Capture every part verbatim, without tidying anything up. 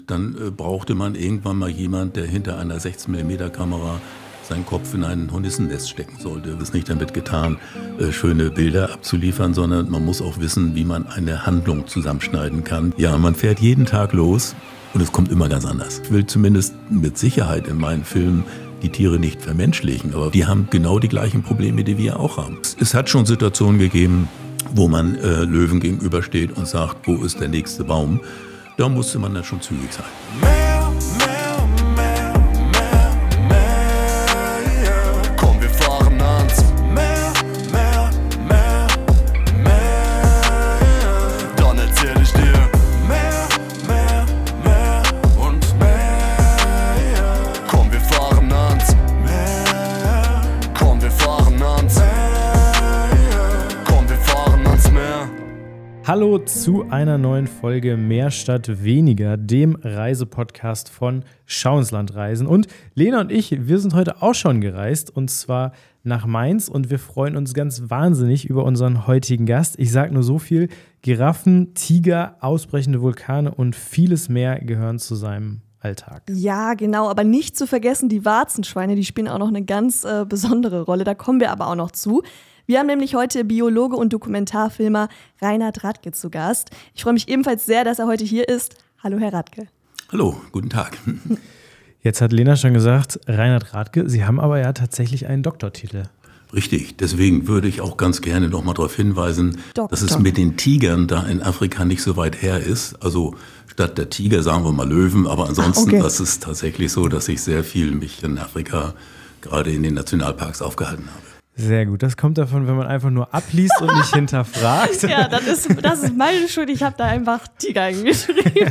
dann äh, brauchte man irgendwann mal jemand, der hinter einer sechzehn Millimeter Kamera seinen Kopf in ein Hornissennest stecken sollte. Es ist nicht damit getan, äh, schöne Bilder abzuliefern, sondern man muss auch wissen, wie man eine Handlung zusammenschneiden kann. Ja, man fährt jeden Tag los und es kommt immer ganz anders. Ich will zumindest mit Sicherheit in meinen Filmen die Tiere nicht vermenschlichen, aber die haben genau die gleichen Probleme, die wir auch haben. Es hat schon Situationen gegeben, wo man äh, Löwen gegenübersteht und sagt, wo ist der nächste Baum? Da musste man dann schon zügig sein. Mehr, mehr, mehr, mehr, mehr, yeah. Komm, wir fahren ans Meer, mehr, mehr, mehr, yeah. Dann erzähl ich dir mehr, mehr, mehr und mehr, yeah. Komm, wir fahren ans Meer, komm, wir fahren ans Meer, yeah. Komm, wir fahren ans Meer. Hallo zu einer neuen Folge Mehr statt weniger, dem Reisepodcast von Schau ins Land reisen. Und Lena und ich, wir sind heute auch schon gereist und zwar nach Mainz und wir freuen uns ganz wahnsinnig über unseren heutigen Gast. Ich sage nur so viel, Giraffen, Tiger, ausbrechende Vulkane und vieles mehr gehören zu seinem Alltag. Ja, genau, aber nicht zu vergessen, die Warzenschweine, die spielen auch noch eine ganz äh, besondere Rolle, da kommen wir aber auch noch zu. Wir haben nämlich heute Biologe und Dokumentarfilmer Reinhard Radke zu Gast. Ich freue mich ebenfalls sehr, dass er heute hier ist. Hallo, Herr Radke. Hallo, guten Tag. Jetzt hat Lena schon gesagt, Reinhard Radke, Sie haben aber ja tatsächlich einen Doktortitel. Richtig, deswegen würde ich auch ganz gerne noch mal darauf hinweisen, Doktor. dass es mit den Tigern da in Afrika nicht so weit her ist. Also statt der Tiger sagen wir mal Löwen, aber ansonsten Ah, okay. das ist tatsächlich so, dass ich sehr viel mich in Afrika, gerade in den Nationalparks, aufgehalten habe. Sehr gut, das kommt davon, wenn man einfach nur abliest und nicht hinterfragt. Ja, das ist, das ist meine Schuld, ich habe da einfach Tiger eingeschrieben.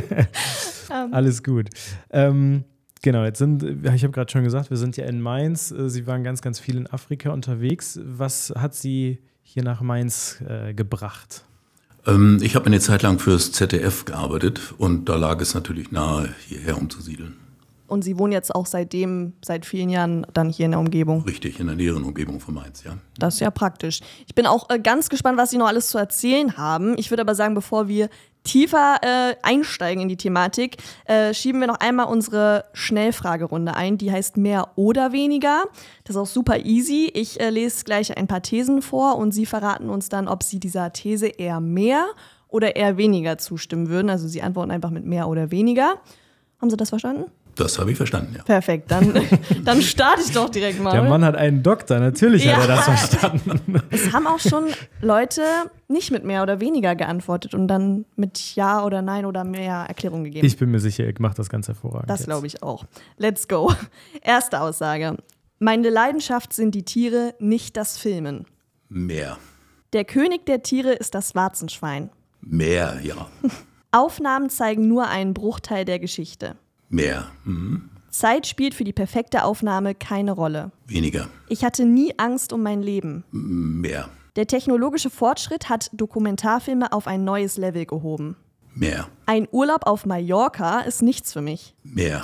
Alles gut. Ähm, genau, jetzt sind, ich habe gerade schon gesagt, wir sind ja in Mainz. Sie waren ganz, ganz viel in Afrika unterwegs. Was hat Sie hier nach Mainz äh, gebracht? Ähm, ich habe eine Zeit lang fürs Z D F gearbeitet und da lag es natürlich nahe, hierher umzusiedeln. Und Sie wohnen jetzt auch seitdem, seit vielen Jahren dann hier in der Umgebung. Richtig, in der näheren Umgebung von Mainz, ja. Das ist ja praktisch. Ich bin auch äh, ganz gespannt, was Sie noch alles zu erzählen haben. Ich würde aber sagen, bevor wir tiefer äh, einsteigen in die Thematik, äh, schieben wir noch einmal unsere Schnellfragerunde ein. Die heißt mehr oder weniger. Das ist auch super easy. Ich äh, lese gleich ein paar Thesen vor und Sie verraten uns dann, ob Sie dieser These eher mehr oder eher weniger zustimmen würden. Also Sie antworten einfach mit mehr oder weniger. Haben Sie das verstanden? Das habe ich verstanden, ja. Perfekt, dann, dann starte ich doch direkt mal. Der Mann hat einen Doktor, natürlich Ja. hat er das verstanden. Es haben auch schon Leute nicht mit mehr oder weniger geantwortet und dann mit Ja oder Nein oder mehr Erklärung gegeben. Ich bin mir sicher, ihr macht das ganz hervorragend. Das glaube ich auch. Let's go. Erste Aussage. Meine Leidenschaft sind die Tiere, nicht das Filmen. Mehr. Der König der Tiere ist das Warzenschwein. Mehr, ja. Aufnahmen zeigen nur einen Bruchteil der Geschichte. Mehr. Mhm. Zeit spielt für die perfekte Aufnahme keine Rolle. Weniger. Ich hatte nie Angst um mein Leben. Mehr. Der technologische Fortschritt hat Dokumentarfilme auf ein neues Level gehoben. Mehr. Ein Urlaub auf Mallorca ist nichts für mich. Mehr.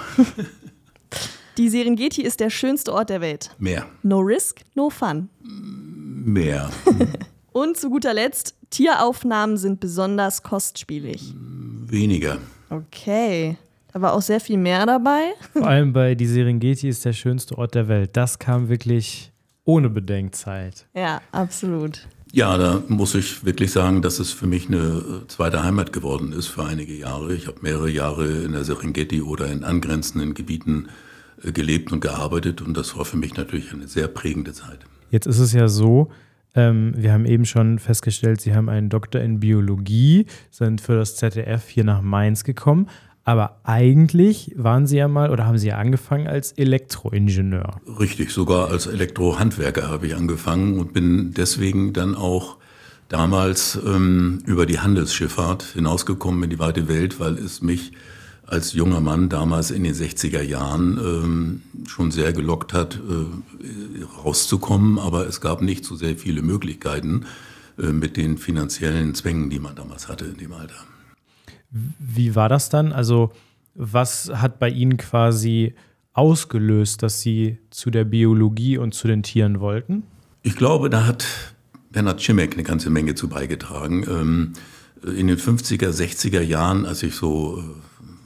Die Serengeti ist der schönste Ort der Welt. Mehr. No risk, no fun. Mehr. Und zu guter Letzt, Tieraufnahmen sind besonders kostspielig. Weniger. Okay, da war auch sehr viel mehr dabei. Vor allem bei Die Serengeti ist der schönste Ort der Welt. Das kam wirklich ohne Bedenkzeit. Ja, absolut. Ja, da muss ich wirklich sagen, dass es für mich eine zweite Heimat geworden ist für einige Jahre. Ich habe mehrere Jahre in der Serengeti oder in angrenzenden Gebieten äh, gelebt und gearbeitet und das war für mich natürlich eine sehr prägende Zeit. Jetzt ist es ja so, ähm, wir haben eben schon festgestellt, Sie haben einen Doktor in Biologie, sind für das Z D F hier nach Mainz gekommen. Aber eigentlich waren Sie ja mal oder haben Sie ja angefangen als Elektroingenieur. Richtig, sogar als Elektrohandwerker habe ich angefangen und bin deswegen dann auch damals ähm, über die Handelsschifffahrt hinausgekommen in die weite Welt, weil es mich als junger Mann damals in den sechziger Jahren ähm, schon sehr gelockt hat, äh, rauszukommen. Aber es gab nicht so sehr viele Möglichkeiten äh, mit den finanziellen Zwängen, die man damals hatte in dem Alter. Wie war das dann? Also was hat bei Ihnen quasi ausgelöst, dass Sie zu der Biologie und zu den Tieren wollten? Ich glaube, da hat Bernhard Czimek eine ganze Menge zu beigetragen. In den fünfziger, sechziger Jahren, als ich so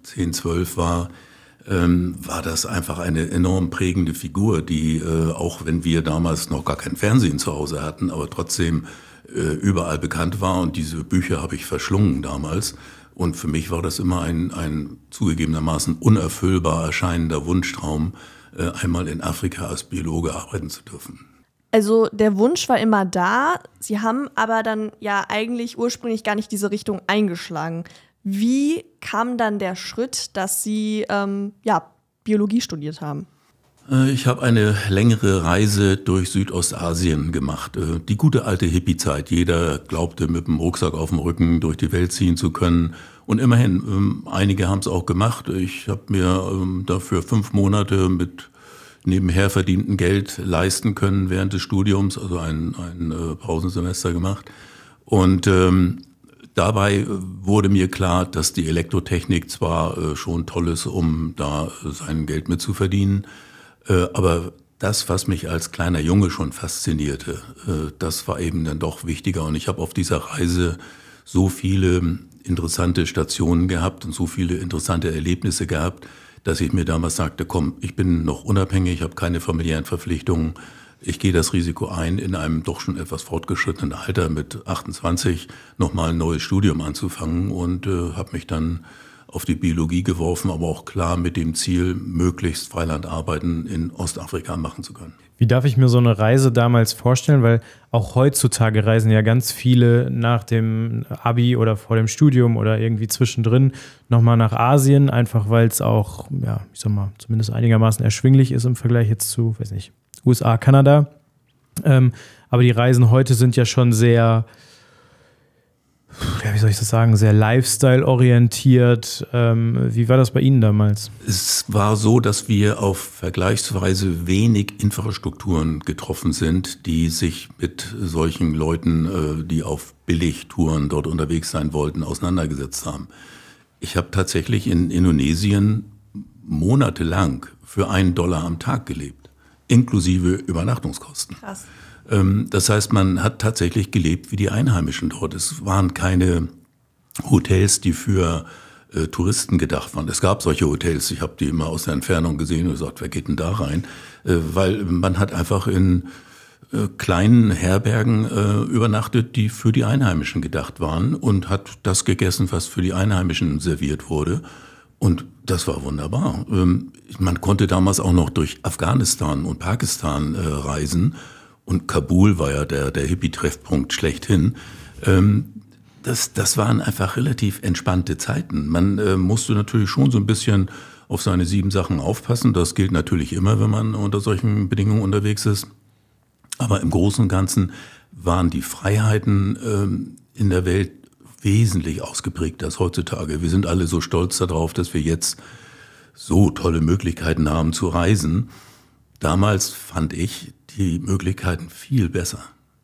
zehn, zwölf war, ähm, war das einfach eine enorm prägende Figur, die, äh, auch wenn wir damals noch gar kein Fernsehen zu Hause hatten, aber trotzdem äh, überall bekannt war. Und diese Bücher habe ich verschlungen damals. Und für mich war das immer ein, ein zugegebenermaßen unerfüllbar erscheinender Wunschtraum, äh, einmal in Afrika als Biologe arbeiten zu dürfen. Also der Wunsch war immer da, Sie haben aber dann ja eigentlich ursprünglich gar nicht diese Richtung eingeschlagen. Wie kam dann der Schritt, dass Sie ähm, ja, Biologie studiert haben? Ich habe eine längere Reise durch Südostasien gemacht. Die gute alte Hippie-Zeit. Jeder glaubte, mit dem Rucksack auf dem Rücken durch die Welt ziehen zu können. Und immerhin, einige haben es auch gemacht. Ich habe mir dafür fünf Monate mit nebenher verdienten Geld leisten können während des Studiums, also ein, ein äh, Pausensemester gemacht. Und ähm, dabei wurde mir klar, dass die Elektrotechnik zwar äh, schon toll ist, um da äh, sein Geld mit zu verdienen, äh, aber das, was mich als kleiner Junge schon faszinierte, äh, das war eben dann doch wichtiger. Und ich habe auf dieser Reise so viele interessante Stationen gehabt und so viele interessante Erlebnisse gehabt, dass ich mir damals sagte, komm, ich bin noch unabhängig, ich habe keine familiären Verpflichtungen, ich gehe das Risiko ein, in einem doch schon etwas fortgeschrittenen Alter mit achtundzwanzig nochmal ein neues Studium anzufangen und äh, habe mich dann auf die Biologie geworfen, aber auch klar mit dem Ziel, möglichst Freilandarbeiten in Ostafrika machen zu können. Wie darf ich mir so eine Reise damals vorstellen? Weil auch heutzutage reisen ja ganz viele nach dem Abi oder vor dem Studium oder irgendwie zwischendrin nochmal nach Asien, einfach weil es auch, ja, ich sag mal, zumindest einigermaßen erschwinglich ist im Vergleich jetzt zu, weiß nicht, U S A, Kanada. Ähm, aber die Reisen heute sind ja schon sehr, ja, wie soll ich das sagen, sehr Lifestyle-orientiert. Ähm, wie war das bei Ihnen damals? Es war so, dass wir auf vergleichsweise wenig Infrastrukturen getroffen sind, die sich mit solchen Leuten, die auf Billigtouren dort unterwegs sein wollten, auseinandergesetzt haben. Ich habe tatsächlich in Indonesien monatelang für einen Dollar am Tag gelebt, inklusive Übernachtungskosten. Krass. Das heißt, man hat tatsächlich gelebt wie die Einheimischen dort. Es waren keine Hotels, die für äh, Touristen gedacht waren. Es gab solche Hotels, ich habe die immer aus der Entfernung gesehen und gesagt, wer geht denn da rein? Äh, weil man hat einfach in äh, kleinen Herbergen äh, übernachtet, die für die Einheimischen gedacht waren und hat das gegessen, was für die Einheimischen serviert wurde. Und das war wunderbar. Ähm, man konnte damals auch noch durch Afghanistan und Pakistan äh, reisen. Und Kabul war ja der, der Hippie-Treffpunkt schlechthin. Ähm, das, das waren einfach relativ entspannte Zeiten. Man äh, musste natürlich schon so ein bisschen auf seine sieben Sachen aufpassen. Das gilt natürlich immer, wenn man unter solchen Bedingungen unterwegs ist. Aber im Großen und Ganzen waren die Freiheiten ähm, in der Welt wesentlich ausgeprägter als heutzutage. Wir sind alle so stolz darauf, dass wir jetzt so tolle Möglichkeiten haben zu reisen. Damals fand ich die Möglichkeiten viel besser.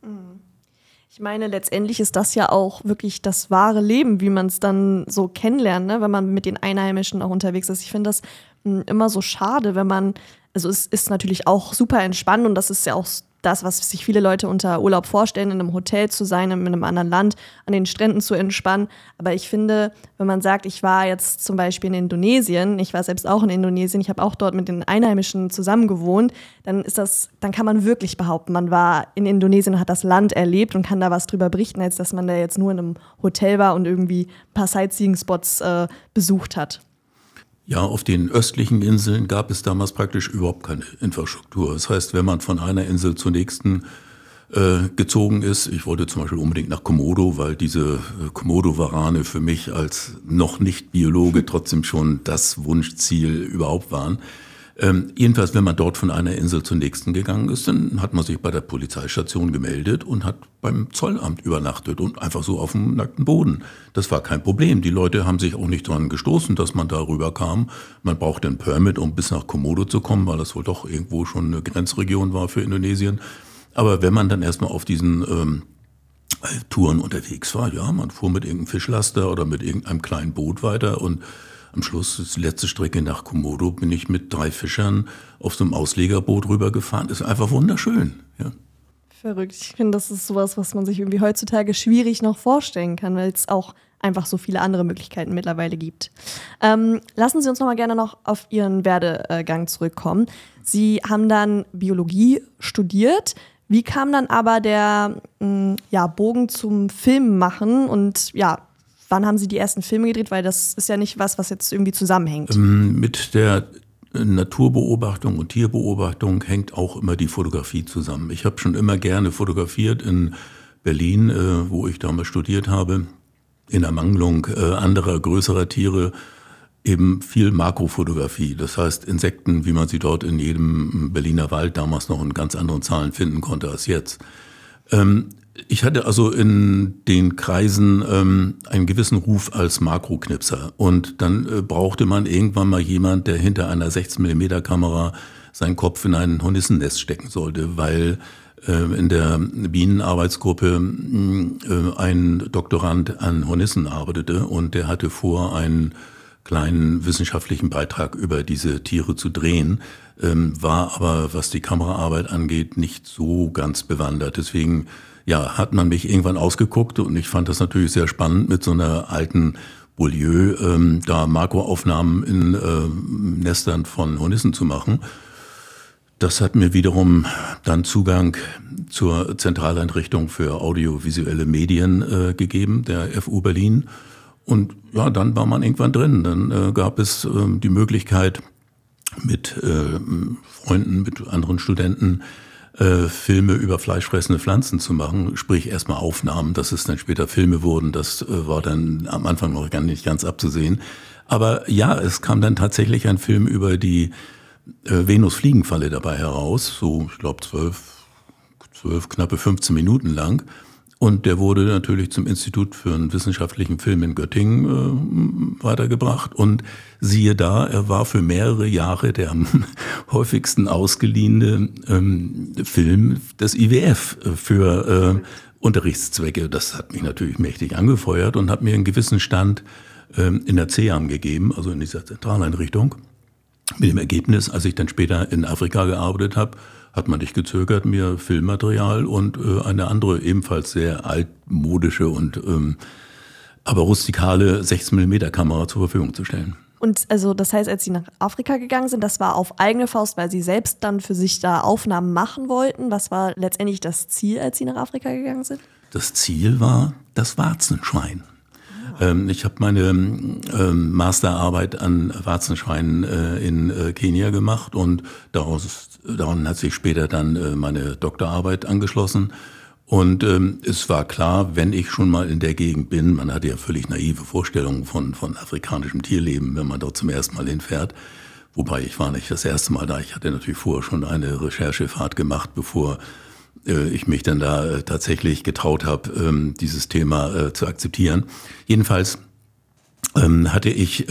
Ich meine, letztendlich ist das ja auch wirklich das wahre Leben, wie man es dann so kennenlernt, ne? Wenn man mit den Einheimischen auch unterwegs ist. Ich finde das mh, immer so schade, wenn man, also es ist natürlich auch super entspannt und das ist ja auch das, was sich viele Leute unter Urlaub vorstellen, in einem Hotel zu sein, in einem anderen Land, an den Stränden zu entspannen. Aber ich finde, wenn man sagt, ich war jetzt zum Beispiel in Indonesien, ich war selbst auch in Indonesien, ich habe auch dort mit den Einheimischen zusammen gewohnt, dann ist das, dann kann man wirklich behaupten, man war in Indonesien und hat das Land erlebt und kann da was drüber berichten, als dass man da jetzt nur in einem Hotel war und irgendwie ein paar Sightseeing-Spots äh, besucht hat. Ja, auf den östlichen Inseln gab es damals praktisch überhaupt keine Infrastruktur. Das heißt, wenn man von einer Insel zur nächsten äh, gezogen ist, ich wollte zum Beispiel unbedingt nach Komodo, weil diese äh, Komodo-Warane für mich als noch nicht Biologe trotzdem schon das Wunschziel überhaupt waren. Ähm, jedenfalls, wenn man dort von einer Insel zur nächsten gegangen ist, dann hat man sich bei der Polizeistation gemeldet und hat beim Zollamt übernachtet und einfach so auf dem nackten Boden. Das war kein Problem. Die Leute haben sich auch nicht dran gestoßen, dass man da rüber kam. Man brauchte ein Permit, um bis nach Komodo zu kommen, weil das wohl doch irgendwo schon eine Grenzregion war für Indonesien. Aber wenn man dann erstmal auf diesen ähm, Touren unterwegs war, ja, man fuhr mit irgendeinem Fischlaster oder mit irgendeinem kleinen Boot weiter und am Schluss, die letzte Strecke nach Komodo, bin ich mit drei Fischern auf so einem Auslegerboot rübergefahren. Das ist einfach wunderschön. Ja. Verrückt. Ich finde, das ist sowas, was man sich irgendwie heutzutage schwierig noch vorstellen kann, weil es auch einfach so viele andere Möglichkeiten mittlerweile gibt. Ähm, lassen Sie uns noch mal gerne noch auf Ihren Werdegang zurückkommen. Sie haben dann Biologie studiert. Wie kam dann aber der mh, ja, Bogen zum Filmmachen und ja, wann haben Sie die ersten Filme gedreht? Weil das ist ja nicht was, was jetzt irgendwie zusammenhängt. Ähm, mit der Naturbeobachtung und Tierbeobachtung hängt auch immer die Fotografie zusammen. Ich habe schon immer gerne fotografiert in Berlin, äh, wo ich damals studiert habe, in Ermangelung äh, anderer größerer Tiere, eben viel Makrofotografie. Das heißt Insekten, wie man sie dort in jedem Berliner Wald damals noch in ganz anderen Zahlen finden konnte als jetzt. Ähm, Ich hatte also in den Kreisen ähm, einen gewissen Ruf als Makroknipser. Und dann äh, brauchte man irgendwann mal jemand, der hinter einer sechzehn Millimeter Kamera seinen Kopf in ein Hornissennest stecken sollte, weil äh, in der Bienenarbeitsgruppe äh, ein Doktorand an Hornissen arbeitete und der hatte vor, einen kleinen wissenschaftlichen Beitrag über diese Tiere zu drehen, ähm, war aber, was die Kameraarbeit angeht, nicht so ganz bewandert. Deswegen ja, hat man mich irgendwann ausgeguckt und ich fand das natürlich sehr spannend, mit so einer alten Beaulieu ähm, da Makroaufnahmen in äh, Nestern von Hornissen zu machen. Das hat mir wiederum dann Zugang zur Zentraleinrichtung für audiovisuelle Medien äh, gegeben, der F U Berlin. Und ja, dann war man irgendwann drin. Dann äh, gab es äh, die Möglichkeit, mit äh, Freunden, mit anderen Studenten Äh, Filme über fleischfressende Pflanzen zu machen, sprich erstmal Aufnahmen, dass es dann später Filme wurden, das äh, war dann am Anfang noch gar nicht ganz abzusehen. Aber ja, es kam dann tatsächlich ein Film über die äh, Venusfliegenfalle dabei heraus, so ich glaube zwölf, zwölf, knappe fünfzehn Minuten lang. Und der wurde natürlich zum Institut für einen wissenschaftlichen Film in Göttingen äh, weitergebracht. Und siehe da, er war für mehrere Jahre der am häufigsten ausgeliehene ähm, Film des I W F für äh, Unterrichtszwecke. Das hat mich natürlich mächtig angefeuert und hat mir einen gewissen Stand ähm, in der C E A M gegeben, also in dieser Zentraleinrichtung. Mit dem Ergebnis, als ich dann später in Afrika gearbeitet habe, hat man nicht gezögert, mir Filmmaterial und äh, eine andere, ebenfalls sehr altmodische und ähm, aber rustikale sechzehn Millimeter Kamera zur Verfügung zu stellen. Und also das heißt, als Sie nach Afrika gegangen sind, das war auf eigene Faust, weil Sie selbst dann für sich da Aufnahmen machen wollten. Was war letztendlich das Ziel, als Sie nach Afrika gegangen sind? Das Ziel war das Warzenschwein. Ähm, ich habe meine ähm, Masterarbeit an Warzenschweinen äh, in äh, Kenia gemacht und daraus, daran hat sich später dann äh, meine Doktorarbeit angeschlossen. Und ähm, es war klar, wenn ich schon mal in der Gegend bin, man hatte ja völlig naive Vorstellungen von, von afrikanischem Tierleben, wenn man dort zum ersten Mal hinfährt. Wobei ich war nicht das erste Mal da, ich hatte natürlich vorher schon eine Recherchefahrt gemacht, bevor ich mich dann da tatsächlich getraut habe, dieses Thema zu akzeptieren. Jedenfalls hatte ich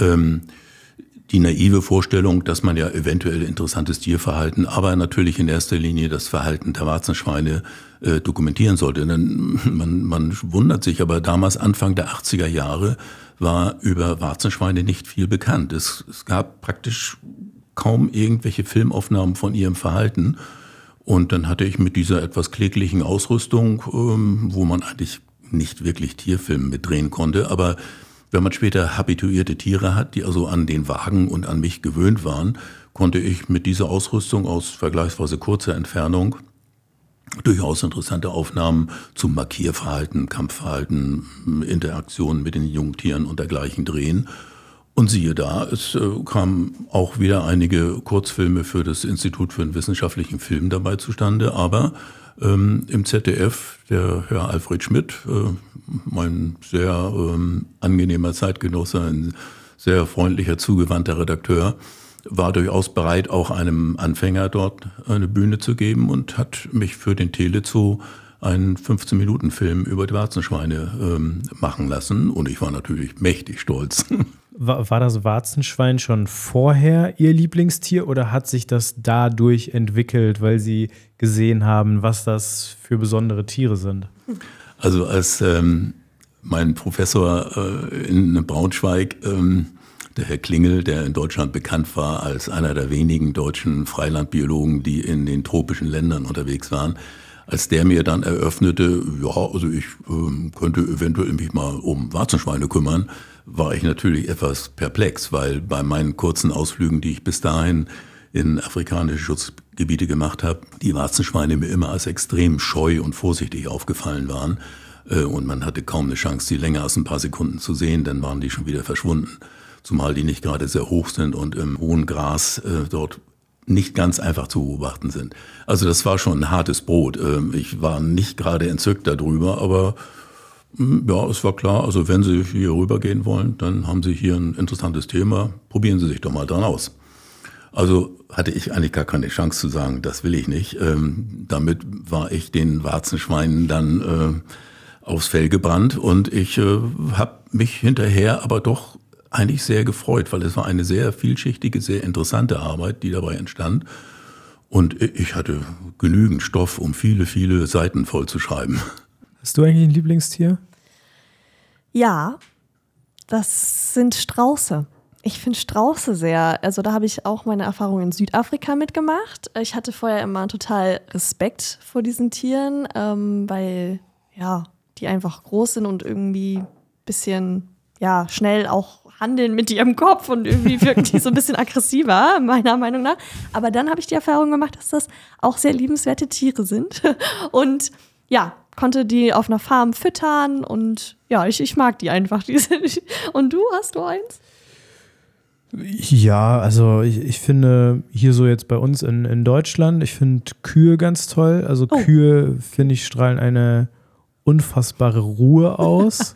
die naive Vorstellung, dass man ja eventuell interessantes Tierverhalten, aber natürlich in erster Linie das Verhalten der Warzenschweine dokumentieren sollte. Man, man wundert sich, aber damals, Anfang der achtziger Jahre, war über Warzenschweine nicht viel bekannt. Es, es gab praktisch kaum irgendwelche Filmaufnahmen von ihrem Verhalten. Und dann hatte ich mit dieser etwas kläglichen Ausrüstung, ähm, wo man eigentlich nicht wirklich Tierfilme mitdrehen konnte, aber wenn man später habituierte Tiere hat, die also an den Wagen und an mich gewöhnt waren, konnte ich mit dieser Ausrüstung aus vergleichsweise kurzer Entfernung durchaus interessante Aufnahmen zum Markierverhalten, Kampfverhalten, Interaktionen mit den Jungtieren und dergleichen drehen. Und siehe da, es äh, kamen auch wieder einige Kurzfilme für das Institut für den wissenschaftlichen Film dabei zustande, aber ähm, im Z D F, der Herr Alfred Schmidt, äh, mein sehr ähm, angenehmer Zeitgenosse, ein sehr freundlicher, zugewandter Redakteur, war durchaus bereit, auch einem Anfänger dort eine Bühne zu geben und hat mich für den Telezoo einen fünfzehn-Minuten-Film über die Warzenschweine ähm, machen lassen und ich war natürlich mächtig stolz. War, war das Warzenschwein schon vorher Ihr Lieblingstier oder hat sich das dadurch entwickelt, weil Sie gesehen haben, was das für besondere Tiere sind? Also als ähm, mein Professor äh, in Braunschweig, ähm, der Herr Klingel, der in Deutschland bekannt war als einer der wenigen deutschen Freilandbiologen, die in den tropischen Ländern unterwegs waren, Als der mir dann eröffnete, ja, also ich äh, könnte eventuell mich mal um Warzenschweine kümmern, war ich natürlich etwas perplex, weil bei meinen kurzen Ausflügen, die ich bis dahin in afrikanische Schutzgebiete gemacht habe, die Warzenschweine mir immer als extrem scheu und vorsichtig aufgefallen waren. Äh, und man hatte kaum eine Chance, sie länger als ein paar Sekunden zu sehen, dann waren die schon wieder verschwunden. Zumal die nicht gerade sehr hoch sind und im hohen Gras äh, dort nicht ganz einfach zu beobachten sind. Also das war schon ein hartes Brot. Ich war nicht gerade entzückt darüber, aber ja, es war klar, also wenn Sie hier rübergehen wollen, dann haben Sie hier ein interessantes Thema, probieren Sie sich doch mal dran aus. Also hatte ich eigentlich gar keine Chance zu sagen, das will ich nicht. Ähm, damit war ich den Warzenschweinen dann äh, aufs Fell gebrannt und ich äh, habe mich hinterher aber doch eigentlich sehr gefreut, weil es war eine sehr vielschichtige, sehr interessante Arbeit, die dabei entstand. Und ich hatte genügend Stoff, um viele, viele Seiten voll zu schreiben. Hast du eigentlich ein Lieblingstier? Ja, das sind Strauße. Ich finde Strauße sehr, also da habe ich auch meine Erfahrungen in Südafrika mitgemacht. Ich hatte vorher immer total Respekt vor diesen Tieren, ähm, weil ja, die einfach groß sind und irgendwie ein bisschen ja, schnell auch handeln mit ihrem Kopf und irgendwie wirken die so ein bisschen aggressiver, meiner Meinung nach. Aber dann habe ich die Erfahrung gemacht, dass das auch sehr liebenswerte Tiere sind. Und ja, konnte die auf einer Farm füttern und ja, ich, ich mag die einfach. Und du, hast du eins? Ja, also ich, ich finde hier so jetzt bei uns in, in Deutschland, ich finde Kühe ganz toll. Also oh. Kühe, finde ich, strahlen eine unfassbare Ruhe aus.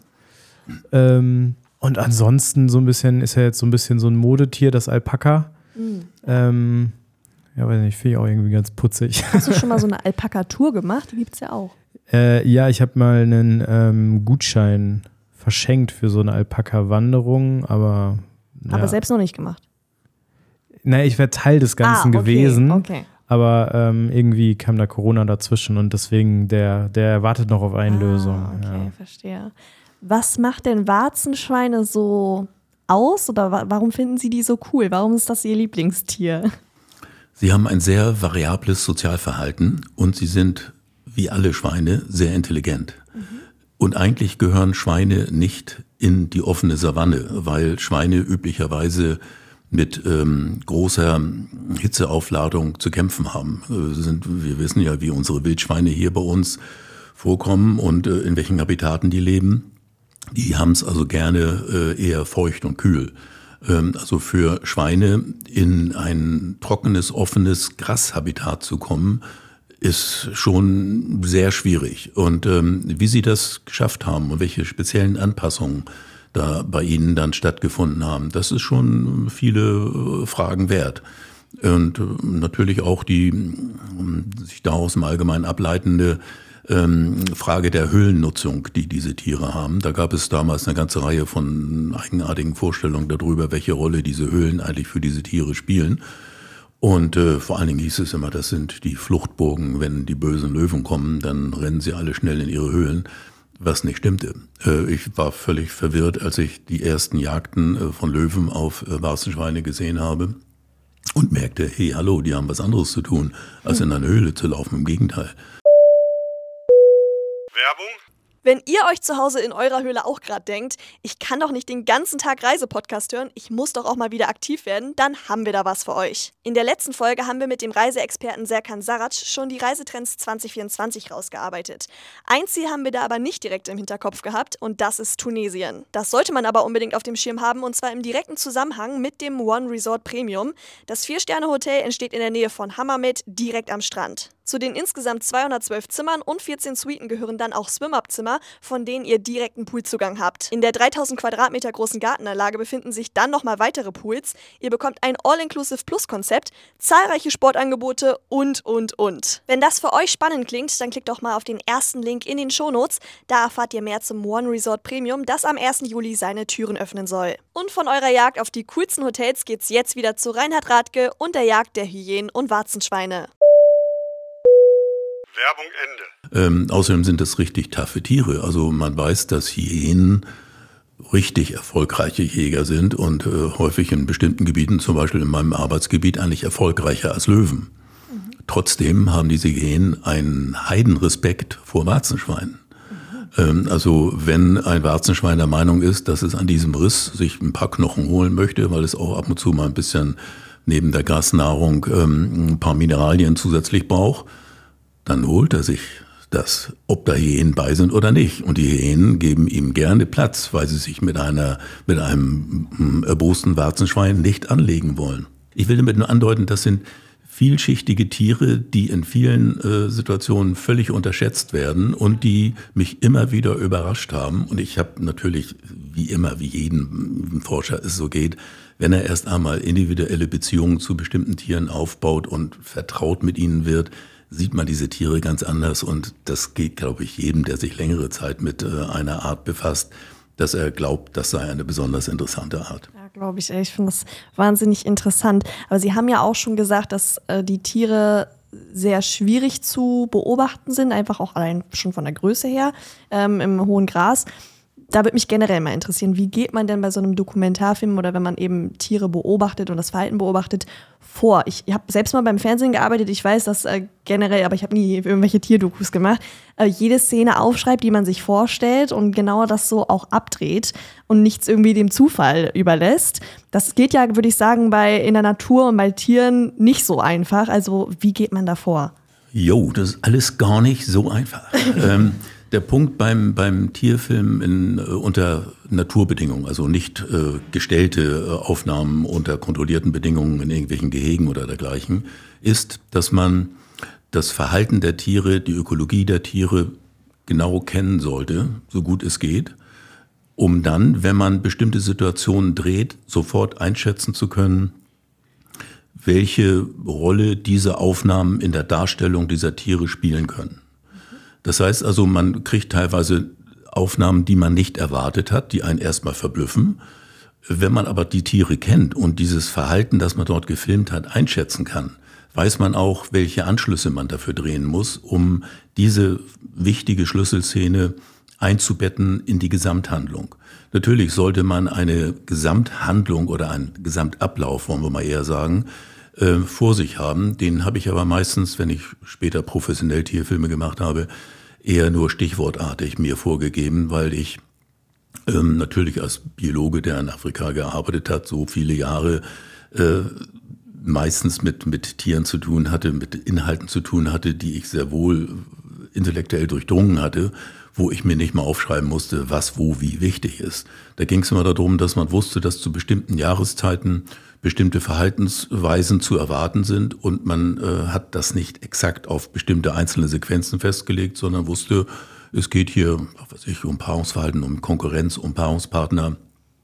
ähm, Und ansonsten so ein bisschen, ist ja jetzt so ein bisschen so ein Modetier, das Alpaka. Mhm. Ähm, ja, weiß nicht, finde ich auch irgendwie ganz putzig. Hast du schon mal so eine Alpaka-Tour gemacht? Die gibt es ja auch. Äh, ja, ich habe mal einen ähm, Gutschein verschenkt für so eine Alpaka-Wanderung, aber ja. Aber selbst noch nicht gemacht? Naja, ich wäre Teil des Ganzen ah, okay, gewesen. Okay. Aber ähm, irgendwie kam da Corona dazwischen und deswegen, der, der wartet noch auf Einlösung. Ah, okay, ja. verstehe. Was macht denn Warzenschweine so aus oder wa- warum finden Sie die so cool? Warum ist das Ihr Lieblingstier? Sie haben ein sehr variables Sozialverhalten und sie sind, wie alle Schweine, sehr intelligent. Mhm. Und eigentlich gehören Schweine nicht in die offene Savanne, weil Schweine üblicherweise mit ähm, großer Hitzeaufladung zu kämpfen haben. Äh, sind, wir wissen ja, wie unsere Wildschweine hier bei uns vorkommen und äh, in welchen Habitaten die leben. Die haben es also gerne äh, eher feucht und kühl. Ähm, also für Schweine in ein trockenes, offenes Grashabitat zu kommen, ist schon sehr schwierig. Und ähm, wie sie das geschafft haben und welche speziellen Anpassungen da bei ihnen dann stattgefunden haben, das ist schon viele äh, Fragen wert. Und äh, natürlich auch die äh, sich daraus im Allgemeinen ableitende ähm, Frage der Höhlennutzung, die diese Tiere haben. Da gab es damals eine ganze Reihe von eigenartigen Vorstellungen darüber, welche Rolle diese Höhlen eigentlich für diese Tiere spielen. Und äh, vor allen Dingen hieß es immer, das sind die Fluchtburgen. Wenn die bösen Löwen kommen, dann rennen sie alle schnell in ihre Höhlen, was nicht stimmte. Äh, ich war völlig verwirrt, als ich die ersten Jagden äh, von Löwen auf äh, Warzenschweine gesehen habe und merkte, hey, hallo, die haben was anderes zu tun, als in eine Höhle zu laufen. Im Gegenteil. Werbung? Wenn ihr euch zu Hause in eurer Höhle auch gerade denkt, ich kann doch nicht den ganzen Tag Reisepodcast hören, ich muss doch auch mal wieder aktiv werden, dann haben wir da was für euch. In der letzten Folge haben wir mit dem Reiseexperten Serkan Sarac schon die Reisetrends zwanzig vierundzwanzig rausgearbeitet. Ein Ziel haben wir da aber nicht direkt im Hinterkopf gehabt und das ist Tunesien. Das sollte man aber unbedingt auf dem Schirm haben und zwar im direkten Zusammenhang mit dem One Resort Premium. Das Vier-Sterne-Hotel entsteht in der Nähe von Hammamet, direkt am Strand. Zu den insgesamt zweihundertzwölf Zimmern und vierzehn Suiten gehören dann auch Swim-Up-Zimmer, von denen ihr direkten Poolzugang habt. In der dreitausend Quadratmeter großen Gartenanlage befinden sich dann nochmal weitere Pools. Ihr bekommt ein All-Inclusive-Plus-Konzept, zahlreiche Sportangebote und, und, und. Wenn das für euch spannend klingt, dann klickt doch mal auf den ersten Link in den Shownotes. Da erfahrt ihr mehr zum One Resort Premium, das am ersten Juli seine Türen öffnen soll. Und von eurer Jagd auf die coolsten Hotels geht's jetzt wieder zu Reinhard Rathke und der Jagd der Hyänen und Warzenschweine. Werbung Ende. Ähm, außerdem sind das richtig taffe Tiere. Also man weiß, dass Hyänen richtig erfolgreiche Jäger sind und äh, häufig in bestimmten Gebieten, zum Beispiel in meinem Arbeitsgebiet, eigentlich erfolgreicher als Löwen. Mhm. trotzdem haben diese Hyänen einen Heidenrespekt vor Warzenschweinen. Ähm, also wenn ein Warzenschwein der Meinung ist, dass es an diesem Riss sich ein paar Knochen holen möchte, weil es auch ab und zu mal ein bisschen neben der Grasnahrung ähm, ein paar Mineralien zusätzlich braucht, dann holt er sich das, ob da Hyänen bei sind oder nicht. Und die Hyänen geben ihm gerne Platz, weil sie sich mit einer, mit einem erbosten Warzenschwein nicht anlegen wollen. Ich will damit nur andeuten, das sind vielschichtige Tiere, die in vielen äh, Situationen völlig unterschätzt werden und die mich immer wieder überrascht haben. Und ich habe natürlich, wie immer, wie jedem Forscher es so geht, wenn er erst einmal individuelle Beziehungen zu bestimmten Tieren aufbaut und vertraut mit ihnen wird, sieht man diese Tiere ganz anders. Und das geht, glaube ich, jedem, der sich längere Zeit mit äh, einer Art befasst, dass er glaubt, das sei eine besonders interessante Art. Ja, glaube ich. Ich finde das wahnsinnig interessant. Aber Sie haben ja auch schon gesagt, dass äh, die Tiere sehr schwierig zu beobachten sind, einfach auch allein schon von der Größe her ähm, im hohen Gras. Da würde mich generell mal interessieren, wie geht man denn bei so einem Dokumentarfilm oder wenn man eben Tiere beobachtet und das Verhalten beobachtet, vor? Ich, ich habe selbst mal beim Fernsehen gearbeitet, ich weiß das äh, generell, aber ich habe nie irgendwelche Tierdokus gemacht, äh, jede Szene aufschreibt, die man sich vorstellt und genau das so auch abdreht und nichts irgendwie dem Zufall überlässt. Das geht ja, würde ich sagen, bei in der Natur und bei Tieren nicht so einfach. Also wie geht man da vor? Jo, das ist alles gar nicht so einfach. ähm, Der Punkt beim, beim Tierfilm in, äh, unter Naturbedingungen, also nicht äh, gestellte äh, Aufnahmen unter kontrollierten Bedingungen in irgendwelchen Gehegen oder dergleichen, ist, dass man das Verhalten der Tiere, die Ökologie der Tiere genau kennen sollte, so gut es geht, um dann, wenn man bestimmte Situationen dreht, sofort einschätzen zu können, welche Rolle diese Aufnahmen in der Darstellung dieser Tiere spielen können. Das heißt also, man kriegt teilweise Aufnahmen, die man nicht erwartet hat, die einen erstmal verblüffen. Wenn man aber die Tiere kennt und dieses Verhalten, das man dort gefilmt hat, einschätzen kann, weiß man auch, welche Anschlüsse man dafür drehen muss, um diese wichtige Schlüsselszene einzubetten in die Gesamthandlung. Natürlich sollte man eine Gesamthandlung oder einen Gesamtablauf, wollen wir mal eher sagen, äh, vor sich haben. Den habe ich aber meistens, wenn ich später professionell Tierfilme gemacht habe, eher nur stichwortartig mir vorgegeben, weil ich ähm, natürlich als Biologe, der in Afrika gearbeitet hat, so viele Jahre äh, meistens mit, mit Tieren zu tun hatte, mit Inhalten zu tun hatte, die ich sehr wohl intellektuell durchdrungen hatte, wo ich mir nicht mal aufschreiben musste, was wo wie wichtig ist. Da ging es immer darum, dass man wusste, dass zu bestimmten Jahreszeiten bestimmte Verhaltensweisen zu erwarten sind und man äh, hat das nicht exakt auf bestimmte einzelne Sequenzen festgelegt, sondern wusste, es geht hier, was weiß ich, um Paarungsverhalten, um Konkurrenz, um Paarungspartner.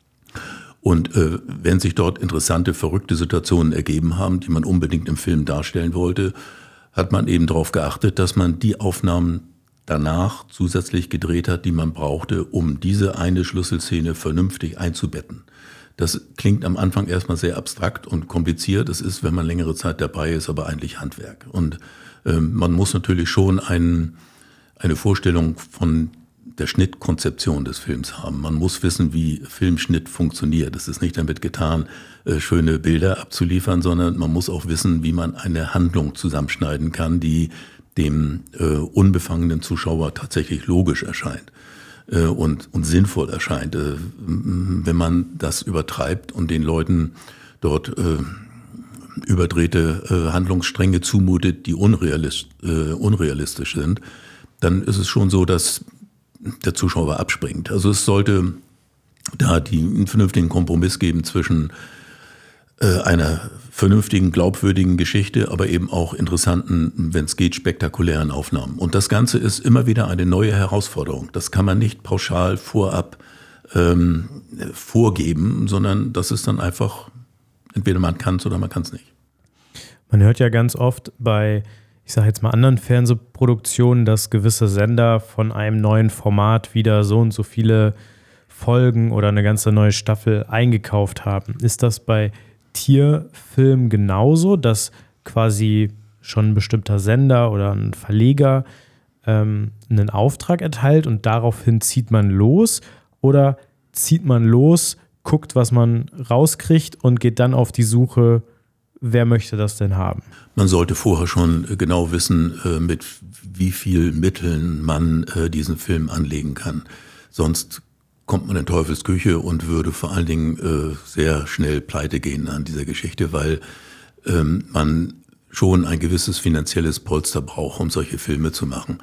Und äh, wenn sich dort interessante, verrückte Situationen ergeben haben, die man unbedingt im Film darstellen wollte, hat man eben darauf geachtet, dass man die Aufnahmen danach zusätzlich gedreht hat, die man brauchte, um diese eine Schlüsselszene vernünftig einzubetten. Das klingt am Anfang erstmal sehr abstrakt und kompliziert. Es ist, wenn man längere Zeit dabei ist, aber eigentlich Handwerk. Und ähm, man muss natürlich schon ein, eine Vorstellung von der Schnittkonzeption des Films haben. Man muss wissen, wie Filmschnitt funktioniert. Es ist nicht damit getan, äh, schöne Bilder abzuliefern, sondern man muss auch wissen, wie man eine Handlung zusammenschneiden kann, die dem äh, unbefangenen Zuschauer tatsächlich logisch erscheint äh, und, und sinnvoll erscheint. Äh, wenn man das übertreibt und den Leuten dort äh, überdrehte äh, Handlungsstränge zumutet, die unrealistisch, äh, unrealistisch sind, dann ist es schon so, dass der Zuschauer abspringt. Also es sollte da die, einen vernünftigen Kompromiss geben zwischen äh, einer vernünftigen, glaubwürdigen Geschichte, aber eben auch interessanten, wenn es geht, spektakulären Aufnahmen. Und das Ganze ist immer wieder eine neue Herausforderung. Das kann man nicht pauschal vorab ähm, vorgeben, sondern das ist dann einfach, entweder man kann es oder man kann es nicht. Man hört ja ganz oft bei, ich sage jetzt mal, anderen Fernsehproduktionen, dass gewisse Sender von einem neuen Format wieder so und so viele Folgen oder eine ganze neue Staffel eingekauft haben. Ist das bei Tierfilm genauso, dass quasi schon ein bestimmter Sender oder ein Verleger ähm, einen Auftrag erteilt und daraufhin zieht man los, oder zieht man los, guckt, was man rauskriegt und geht dann auf die Suche wer möchte das denn haben? Man sollte vorher schon genau wissen, mit wie viel Mitteln man diesen Film anlegen kann. Sonst kommt man in Teufelsküche und würde vor allen Dingen sehr schnell pleite gehen an dieser Geschichte, weil man schon ein gewisses finanzielles Polster braucht, um solche Filme zu machen.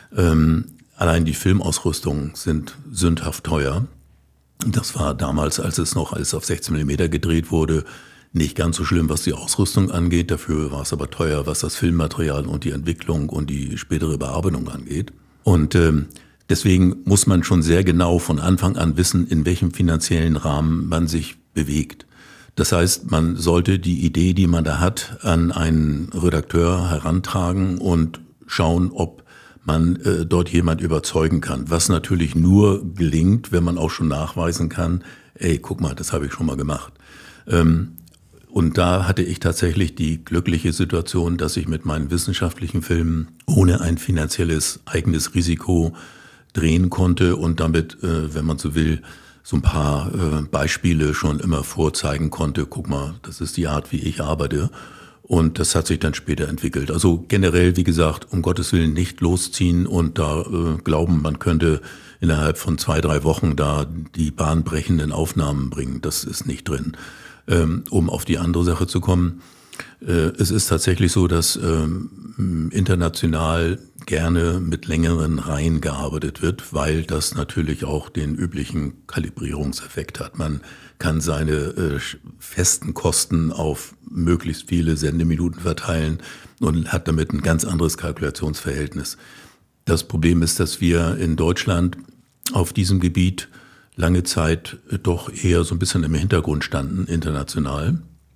Allein die Filmausrüstungen sind sündhaft teuer. Das war damals, als es noch alles auf sechzehn Millimeter gedreht wurde, nicht ganz so schlimm, was die Ausrüstung angeht. Dafür war es aber teuer, was das Filmmaterial und die Entwicklung und die spätere Bearbeitung angeht. Und ähm, deswegen muss man schon sehr genau von Anfang an wissen, in welchem finanziellen Rahmen man sich bewegt. Das heißt, man sollte die Idee, die man da hat, an einen Redakteur herantragen und schauen, ob man äh, dort jemand überzeugen kann. Was natürlich nur gelingt, wenn man auch schon nachweisen kann, ey, guck mal, das habe ich schon mal gemacht. Ähm, und da hatte ich tatsächlich die glückliche Situation, dass ich mit meinen wissenschaftlichen Filmen ohne ein finanzielles eigenes Risiko drehen konnte und damit, äh, wenn man so will, so ein paar äh, Beispiele schon immer vorzeigen konnte. Guck mal, das ist die Art, wie ich arbeite. Und das hat sich dann später entwickelt. Also generell, wie gesagt, um Gottes Willen nicht losziehen und da äh, glauben, man könnte innerhalb von zwei, drei Wochen da die bahnbrechenden Aufnahmen bringen. Das ist nicht drin. Ähm, um auf die andere Sache zu kommen. Äh, es ist tatsächlich so, dass ähm, international gerne mit längeren Reihen gearbeitet wird, weil das natürlich auch den üblichen Kalibrierungseffekt hat. Man kann seine äh, festen Kosten auf möglichst viele Sendeminuten verteilen und hat damit ein ganz anderes Kalkulationsverhältnis. Das Problem ist, dass wir in Deutschland auf diesem Gebiet lange Zeit doch eher so ein bisschen im Hintergrund standen, international.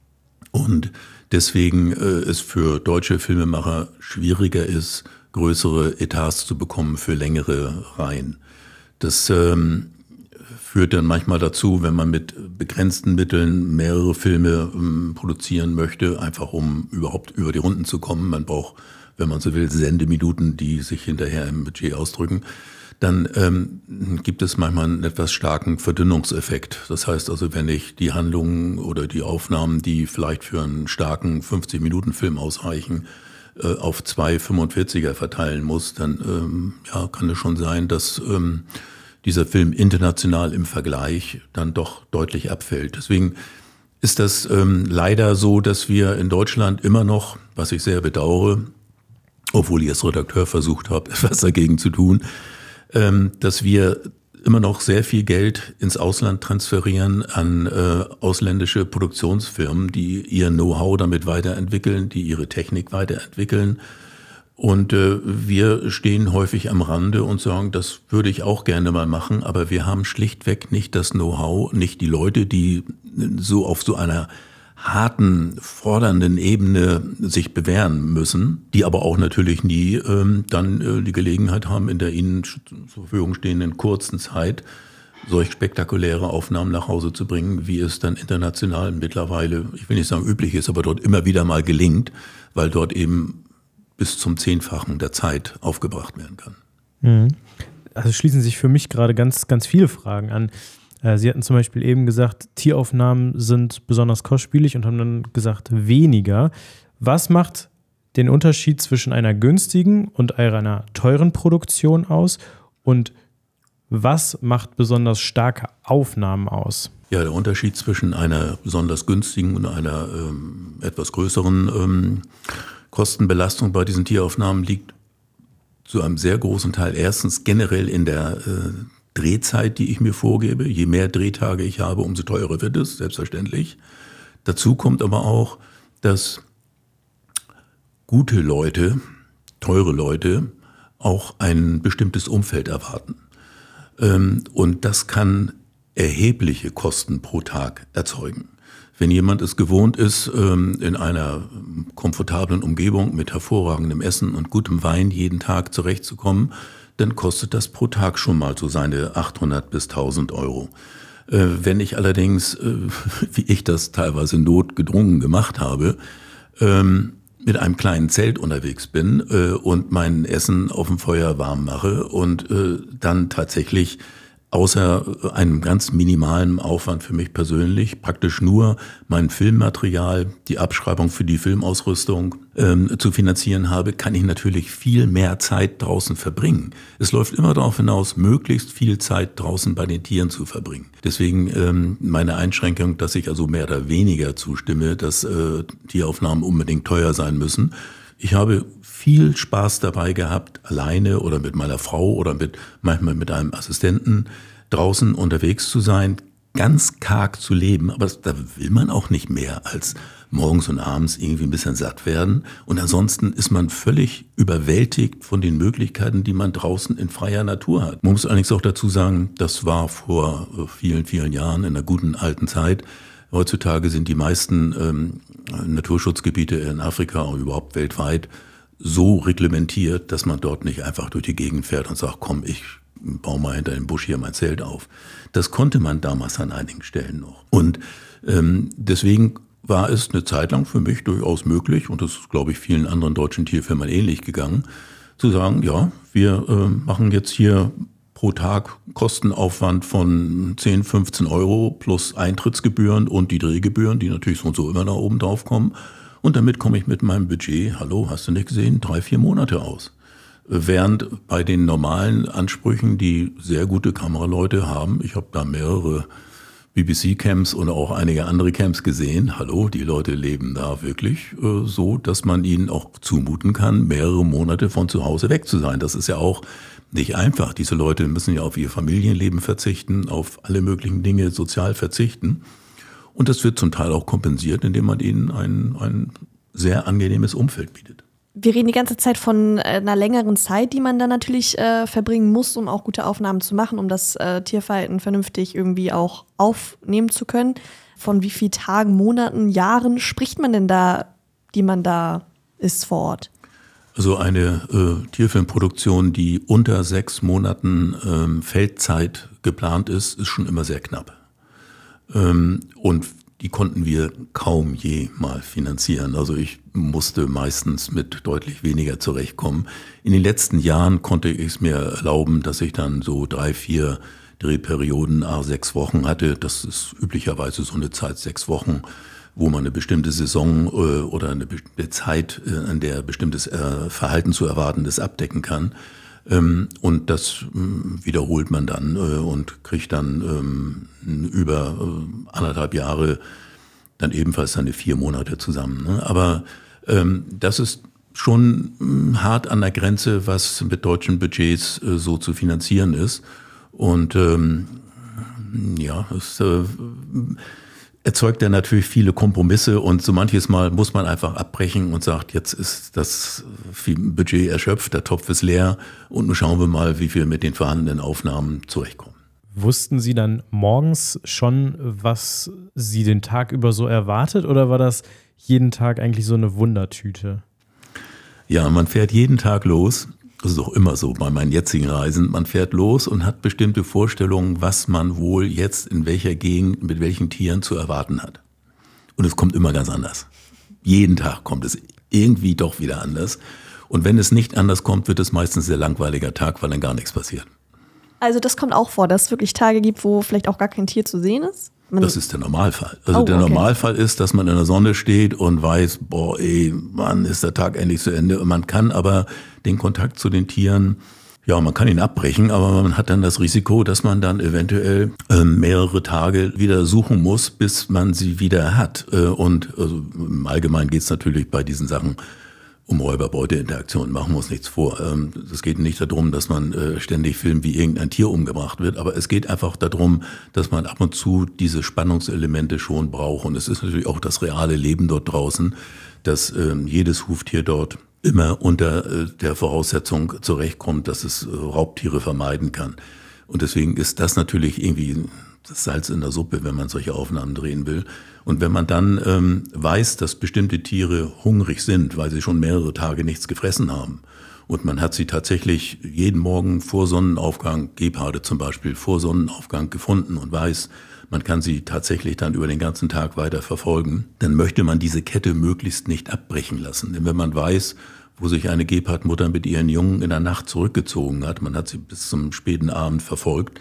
Und deswegen äh, es für deutsche Filmemacher schwieriger ist, größere Etats zu bekommen für längere Reihen. Das ähm, führt dann manchmal dazu, wenn man mit begrenzten Mitteln mehrere Filme ähm, produzieren möchte, einfach um überhaupt über die Runden zu kommen. Man braucht, wenn man so will, Sendeminuten, die sich hinterher im Budget ausdrücken. Dann ähm, gibt es manchmal einen etwas starken Verdünnungseffekt. Das heißt also, wenn ich die Handlungen oder die Aufnahmen, die vielleicht für einen starken fünfzig-Minuten-Film ausreichen, äh, auf zwei fünfundvierziger verteilen muss, dann ähm, ja, kann es schon sein, dass ähm, dieser Film international im Vergleich dann doch deutlich abfällt. Deswegen ist das ähm, leider so, dass wir in Deutschland immer noch, was ich sehr bedauere, obwohl ich als Redakteur versucht habe, etwas dagegen zu tun, ähm, dass wir immer noch sehr viel Geld ins Ausland transferieren an äh, ausländische Produktionsfirmen, die ihr Know-how damit weiterentwickeln, die ihre Technik weiterentwickeln. Und äh, wir stehen häufig am Rande und sagen, das würde ich auch gerne mal machen, aber wir haben schlichtweg nicht das Know-how, nicht die Leute, die so auf so einer harten, fordernden Ebene sich bewähren müssen, die aber auch natürlich nie ähm, dann äh, die Gelegenheit haben, in der ihnen zur Verfügung stehenden kurzen Zeit solch spektakuläre Aufnahmen nach Hause zu bringen, wie es dann international mittlerweile, ich will nicht sagen üblich ist, aber dort immer wieder mal gelingt, weil dort eben bis zum Zehnfachen der Zeit aufgebracht werden kann. Mhm. Also schließen sich für mich gerade ganz, ganz viele Fragen an. Sie hatten zum Beispiel eben gesagt, Tieraufnahmen sind besonders kostspielig und haben dann gesagt, weniger. Was macht den Unterschied zwischen einer günstigen und einer teuren Produktion aus? Und was macht besonders starke Aufnahmen aus? Ja, der Unterschied zwischen einer besonders günstigen und einer ähm, etwas größeren ähm, Kostenbelastung bei diesen Tieraufnahmen liegt zu einem sehr großen Teil erstens generell in der äh, Drehzeit, die ich mir vorgebe. Je mehr Drehtage ich habe, umso teurer wird es, selbstverständlich. Dazu kommt aber auch, dass gute Leute, teure Leute, auch ein bestimmtes Umfeld erwarten. Und das kann erhebliche Kosten pro Tag erzeugen. Wenn jemand es gewohnt ist, in einer komfortablen Umgebung mit hervorragendem Essen und gutem Wein jeden Tag zurechtzukommen, dann kostet das pro Tag schon mal so seine achthundert bis tausend Euro. Äh, wenn ich allerdings, äh, wie ich das teilweise notgedrungen gemacht habe, ähm, mit einem kleinen Zelt unterwegs bin äh, und mein Essen auf dem Feuer warm mache und äh, dann tatsächlich außer einem ganz minimalen Aufwand für mich persönlich, praktisch nur mein Filmmaterial, die Abschreibung für die Filmausrüstung ähm, zu finanzieren habe, kann ich natürlich viel mehr Zeit draußen verbringen. Es läuft immer darauf hinaus, möglichst viel Zeit draußen bei den Tieren zu verbringen. Deswegen ähm, meine Einschränkung, dass ich also mehr oder weniger zustimme, dass äh, Tieraufnahmen unbedingt teuer sein müssen. Ich habe viel Spaß dabei gehabt, alleine oder mit meiner Frau oder mit manchmal mit einem Assistenten draußen unterwegs zu sein, ganz karg zu leben. Aber da will man auch nicht mehr als morgens und abends irgendwie ein bisschen satt werden. Und ansonsten ist man völlig überwältigt von den Möglichkeiten, die man draußen in freier Natur hat. Man muss allerdings auch dazu sagen, das war vor vielen, vielen Jahren in einer guten alten Zeit. Heutzutage sind die meisten ähm, Naturschutzgebiete in Afrika und überhaupt weltweit so reglementiert, dass man dort nicht einfach durch die Gegend fährt und sagt, komm, ich baue mal hinter dem Busch hier mein Zelt auf. Das konnte man damals an einigen Stellen noch. Und ähm, deswegen war es eine Zeit lang für mich durchaus möglich, und das ist, glaube ich, vielen anderen deutschen Tierfirmen ähnlich gegangen, zu sagen, ja, wir äh, machen jetzt hier pro Tag Kostenaufwand von zehn, fünfzehn Euro plus Eintrittsgebühren und die Drehgebühren, die natürlich so und so immer nach oben drauf kommen. Und damit komme ich mit meinem Budget, hallo, hast du nicht gesehen, drei, vier Monate aus. Während bei den normalen Ansprüchen, die sehr gute Kameraleute haben, ich habe da mehrere B B C-Camps und auch einige andere Camps gesehen, hallo, die Leute leben da wirklich äh, so, dass man ihnen auch zumuten kann, mehrere Monate von zu Hause weg zu sein. Das ist ja auch nicht einfach. Diese Leute müssen ja auf ihr Familienleben verzichten, auf alle möglichen Dinge sozial verzichten. Und das wird zum Teil auch kompensiert, indem man ihnen ein, ein sehr angenehmes Umfeld bietet. Wir reden die ganze Zeit von einer längeren Zeit, die man dann natürlich äh, verbringen muss, um auch gute Aufnahmen zu machen, um das äh, Tierverhalten vernünftig irgendwie auch aufnehmen zu können. Von wie vielen Tagen, Monaten, Jahren spricht man denn da, die man da ist vor Ort? Also eine äh, Tierfilmproduktion, die unter sechs Monaten ähm, Feldzeit geplant ist, ist schon immer sehr knapp. Ähm, und die konnten wir kaum je mal finanzieren. Also ich musste meistens mit deutlich weniger zurechtkommen. In den letzten Jahren konnte ich es mir erlauben, dass ich dann so drei, vier Drehperioden, a sechs Wochen hatte. Das ist üblicherweise so eine Zeit, sechs Wochen, wo man eine bestimmte Saison äh, oder eine bestimmte Zeit, äh, an der bestimmtes äh, Verhalten zu erwartendes abdecken kann. Ähm, und das ähm, wiederholt man dann äh, und kriegt dann ähm, über äh, anderthalb Jahre dann ebenfalls seine vier Monate zusammen. Ne? Aber ähm, das ist schon äh, hart an der Grenze, was mit deutschen Budgets äh, so zu finanzieren ist. Und ähm, ja, es äh, erzeugt ja natürlich viele Kompromisse und so manches Mal muss man einfach abbrechen und sagt, jetzt ist das Budget erschöpft, der Topf ist leer und nun schauen wir mal, wie wir mit den vorhandenen Aufnahmen zurechtkommen. Wussten Sie dann morgens schon, was Sie den Tag über so erwartet, oder war das jeden Tag eigentlich so eine Wundertüte? Ja, man fährt jeden Tag los. Das ist auch immer so bei meinen jetzigen Reisen. Man fährt los und hat bestimmte Vorstellungen, was man wohl jetzt in welcher Gegend mit welchen Tieren zu erwarten hat. Und es kommt immer ganz anders. Jeden Tag kommt es irgendwie doch wieder anders. Und wenn es nicht anders kommt, wird es meistens ein sehr langweiliger Tag, weil dann gar nichts passiert. Also das kommt auch vor, dass es wirklich Tage gibt, wo vielleicht auch gar kein Tier zu sehen ist? Man Das ist der Normalfall. Also Oh, der okay. Normalfall ist, dass man in der Sonne steht und weiß, boah, ey, wann ist der Tag endlich zu Ende? Und man kann aber den Kontakt zu den Tieren, ja, man kann ihn abbrechen, aber man hat dann das Risiko, dass man dann eventuell äh, mehrere Tage wieder suchen muss, bis man sie wieder hat. Äh, und also, im Allgemeinen geht es natürlich bei diesen Sachen um Räuber-Beute-Interaktion, machen wir uns nichts vor. Ähm, es geht nicht darum, dass man äh, ständig filmt, wie irgendein Tier umgebracht wird, aber es geht einfach darum, dass man ab und zu diese Spannungselemente schon braucht. Und es ist natürlich auch das reale Leben dort draußen, dass ähm, jedes Huftier dort immer unter äh, der Voraussetzung zurechtkommt, dass es äh, Raubtiere vermeiden kann. Und deswegen ist das natürlich irgendwie das Salz in der Suppe, wenn man solche Aufnahmen drehen will. Und wenn man dann ähm, weiß, dass bestimmte Tiere hungrig sind, weil sie schon mehrere Tage nichts gefressen haben, und man hat sie tatsächlich jeden Morgen vor Sonnenaufgang, Geparde zum Beispiel, vor Sonnenaufgang gefunden und weiß, man kann sie tatsächlich dann über den ganzen Tag weiter verfolgen, dann möchte man diese Kette möglichst nicht abbrechen lassen. Denn wenn man weiß, wo sich eine Gepardmutter mit ihren Jungen in der Nacht zurückgezogen hat, man hat sie bis zum späten Abend verfolgt,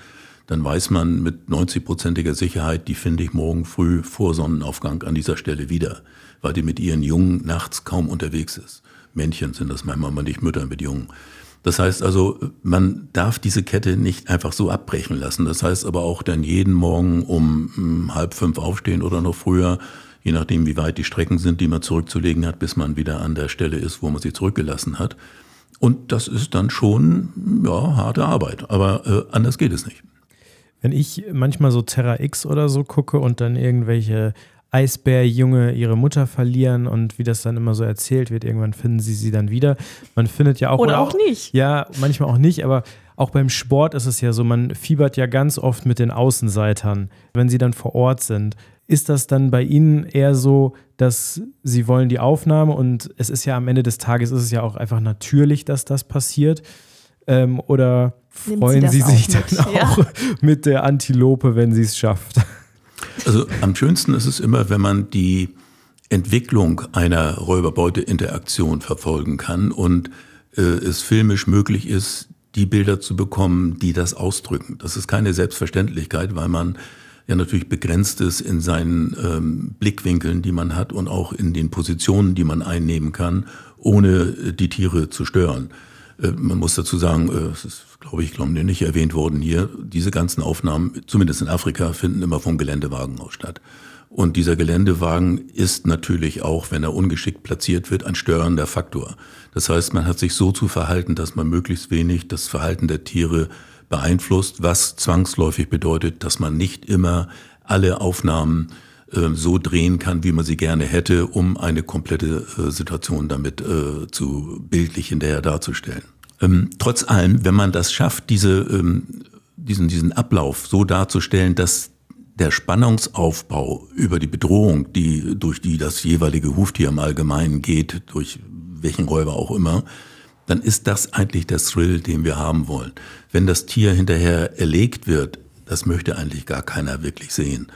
dann weiß man mit neunzig-prozentiger Sicherheit, die finde ich morgen früh vor Sonnenaufgang an dieser Stelle wieder, weil die mit ihren Jungen nachts kaum unterwegs ist. Männchen sind das manchmal, aber nicht Mütter mit Jungen. Das heißt also, man darf diese Kette nicht einfach so abbrechen lassen. Das heißt aber auch dann jeden Morgen um halb fünf aufstehen oder noch früher, je nachdem wie weit die Strecken sind, die man zurückzulegen hat, bis man wieder an der Stelle ist, wo man sie zurückgelassen hat. Und das ist dann schon ja, harte Arbeit, aber äh, anders geht es nicht. Wenn ich manchmal so Terra X oder so gucke und dann irgendwelche Eisbärjunge ihre Mutter verlieren und wie das dann immer so erzählt wird, irgendwann finden sie sie dann wieder. Man findet ja auch... Oder, oder auch nicht. Ja, manchmal auch nicht, aber auch beim Sport ist es ja so, man fiebert ja ganz oft mit den Außenseitern, wenn sie dann vor Ort sind. Ist das dann bei Ihnen eher so, dass Sie wollen die Aufnahme und es ist ja am Ende des Tages, ist es ja auch einfach natürlich, dass das passiert? Ähm, oder freuen Sie, Sie sich dann mit, auch ja. mit der Antilope, wenn sie es schafft? Also am schönsten ist es immer, wenn man die Entwicklung einer Räuber-Beute-Interaktion verfolgen kann und äh, es filmisch möglich ist, die Bilder zu bekommen, die das ausdrücken. Das ist keine Selbstverständlichkeit, weil man ja natürlich begrenzt ist in seinen ähm, Blickwinkeln, die man hat und auch in den Positionen, die man einnehmen kann, ohne äh, die Tiere zu stören. Äh, man muss dazu sagen, äh, es ist, glaube ich, glaube ich, nicht erwähnt worden hier, diese ganzen Aufnahmen, zumindest in Afrika, finden immer vom Geländewagen aus statt. Und dieser Geländewagen ist natürlich auch, wenn er ungeschickt platziert wird, ein störender Faktor. Das heißt, man hat sich so zu verhalten, dass man möglichst wenig das Verhalten der Tiere beeinflusst, was zwangsläufig bedeutet, dass man nicht immer alle Aufnahmen äh, so drehen kann, wie man sie gerne hätte, um eine komplette äh, Situation damit äh, zu bildlich hinterher darzustellen. Ähm, trotz allem, wenn man das schafft, diese, ähm, diesen, diesen Ablauf so darzustellen, dass der Spannungsaufbau über die Bedrohung, die durch die das jeweilige Huftier im Allgemeinen geht, durch welchen Räuber auch immer, dann ist das eigentlich der Thrill, den wir haben wollen. Wenn das Tier hinterher erlegt wird, das möchte eigentlich gar keiner wirklich sehen.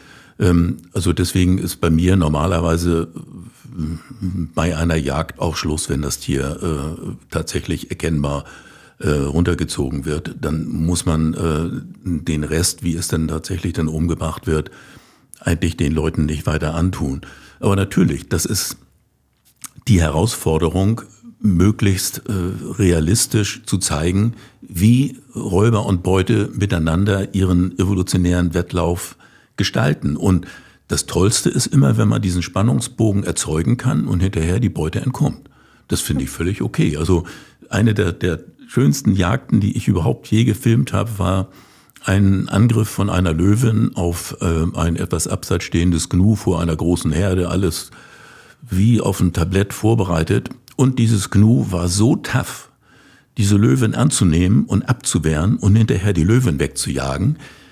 Also deswegen ist bei mir normalerweise bei einer Jagd auch Schluss, wenn das Tier äh, tatsächlich erkennbar äh, runtergezogen wird. Dann muss man äh, den Rest, wie es denn tatsächlich dann umgebracht wird, eigentlich den Leuten nicht weiter antun. Aber natürlich, das ist die Herausforderung, möglichst äh, realistisch zu zeigen, wie Räuber und Beute miteinander ihren evolutionären Wettlauf gestalten. Und das Tollste ist immer, wenn man diesen Spannungsbogen erzeugen kann und hinterher die Beute entkommt. Das finde ich völlig okay. Also eine der, der schönsten Jagden, die ich überhaupt je gefilmt habe, war ein Angriff von einer Löwin auf äh, ein etwas abseits stehendes Gnu vor einer großen Herde, alles wie auf ein Tablett vorbereitet. Und dieses Gnu war so tough, diese Löwin anzunehmen und abzuwehren und hinterher die Löwin wegzujagen.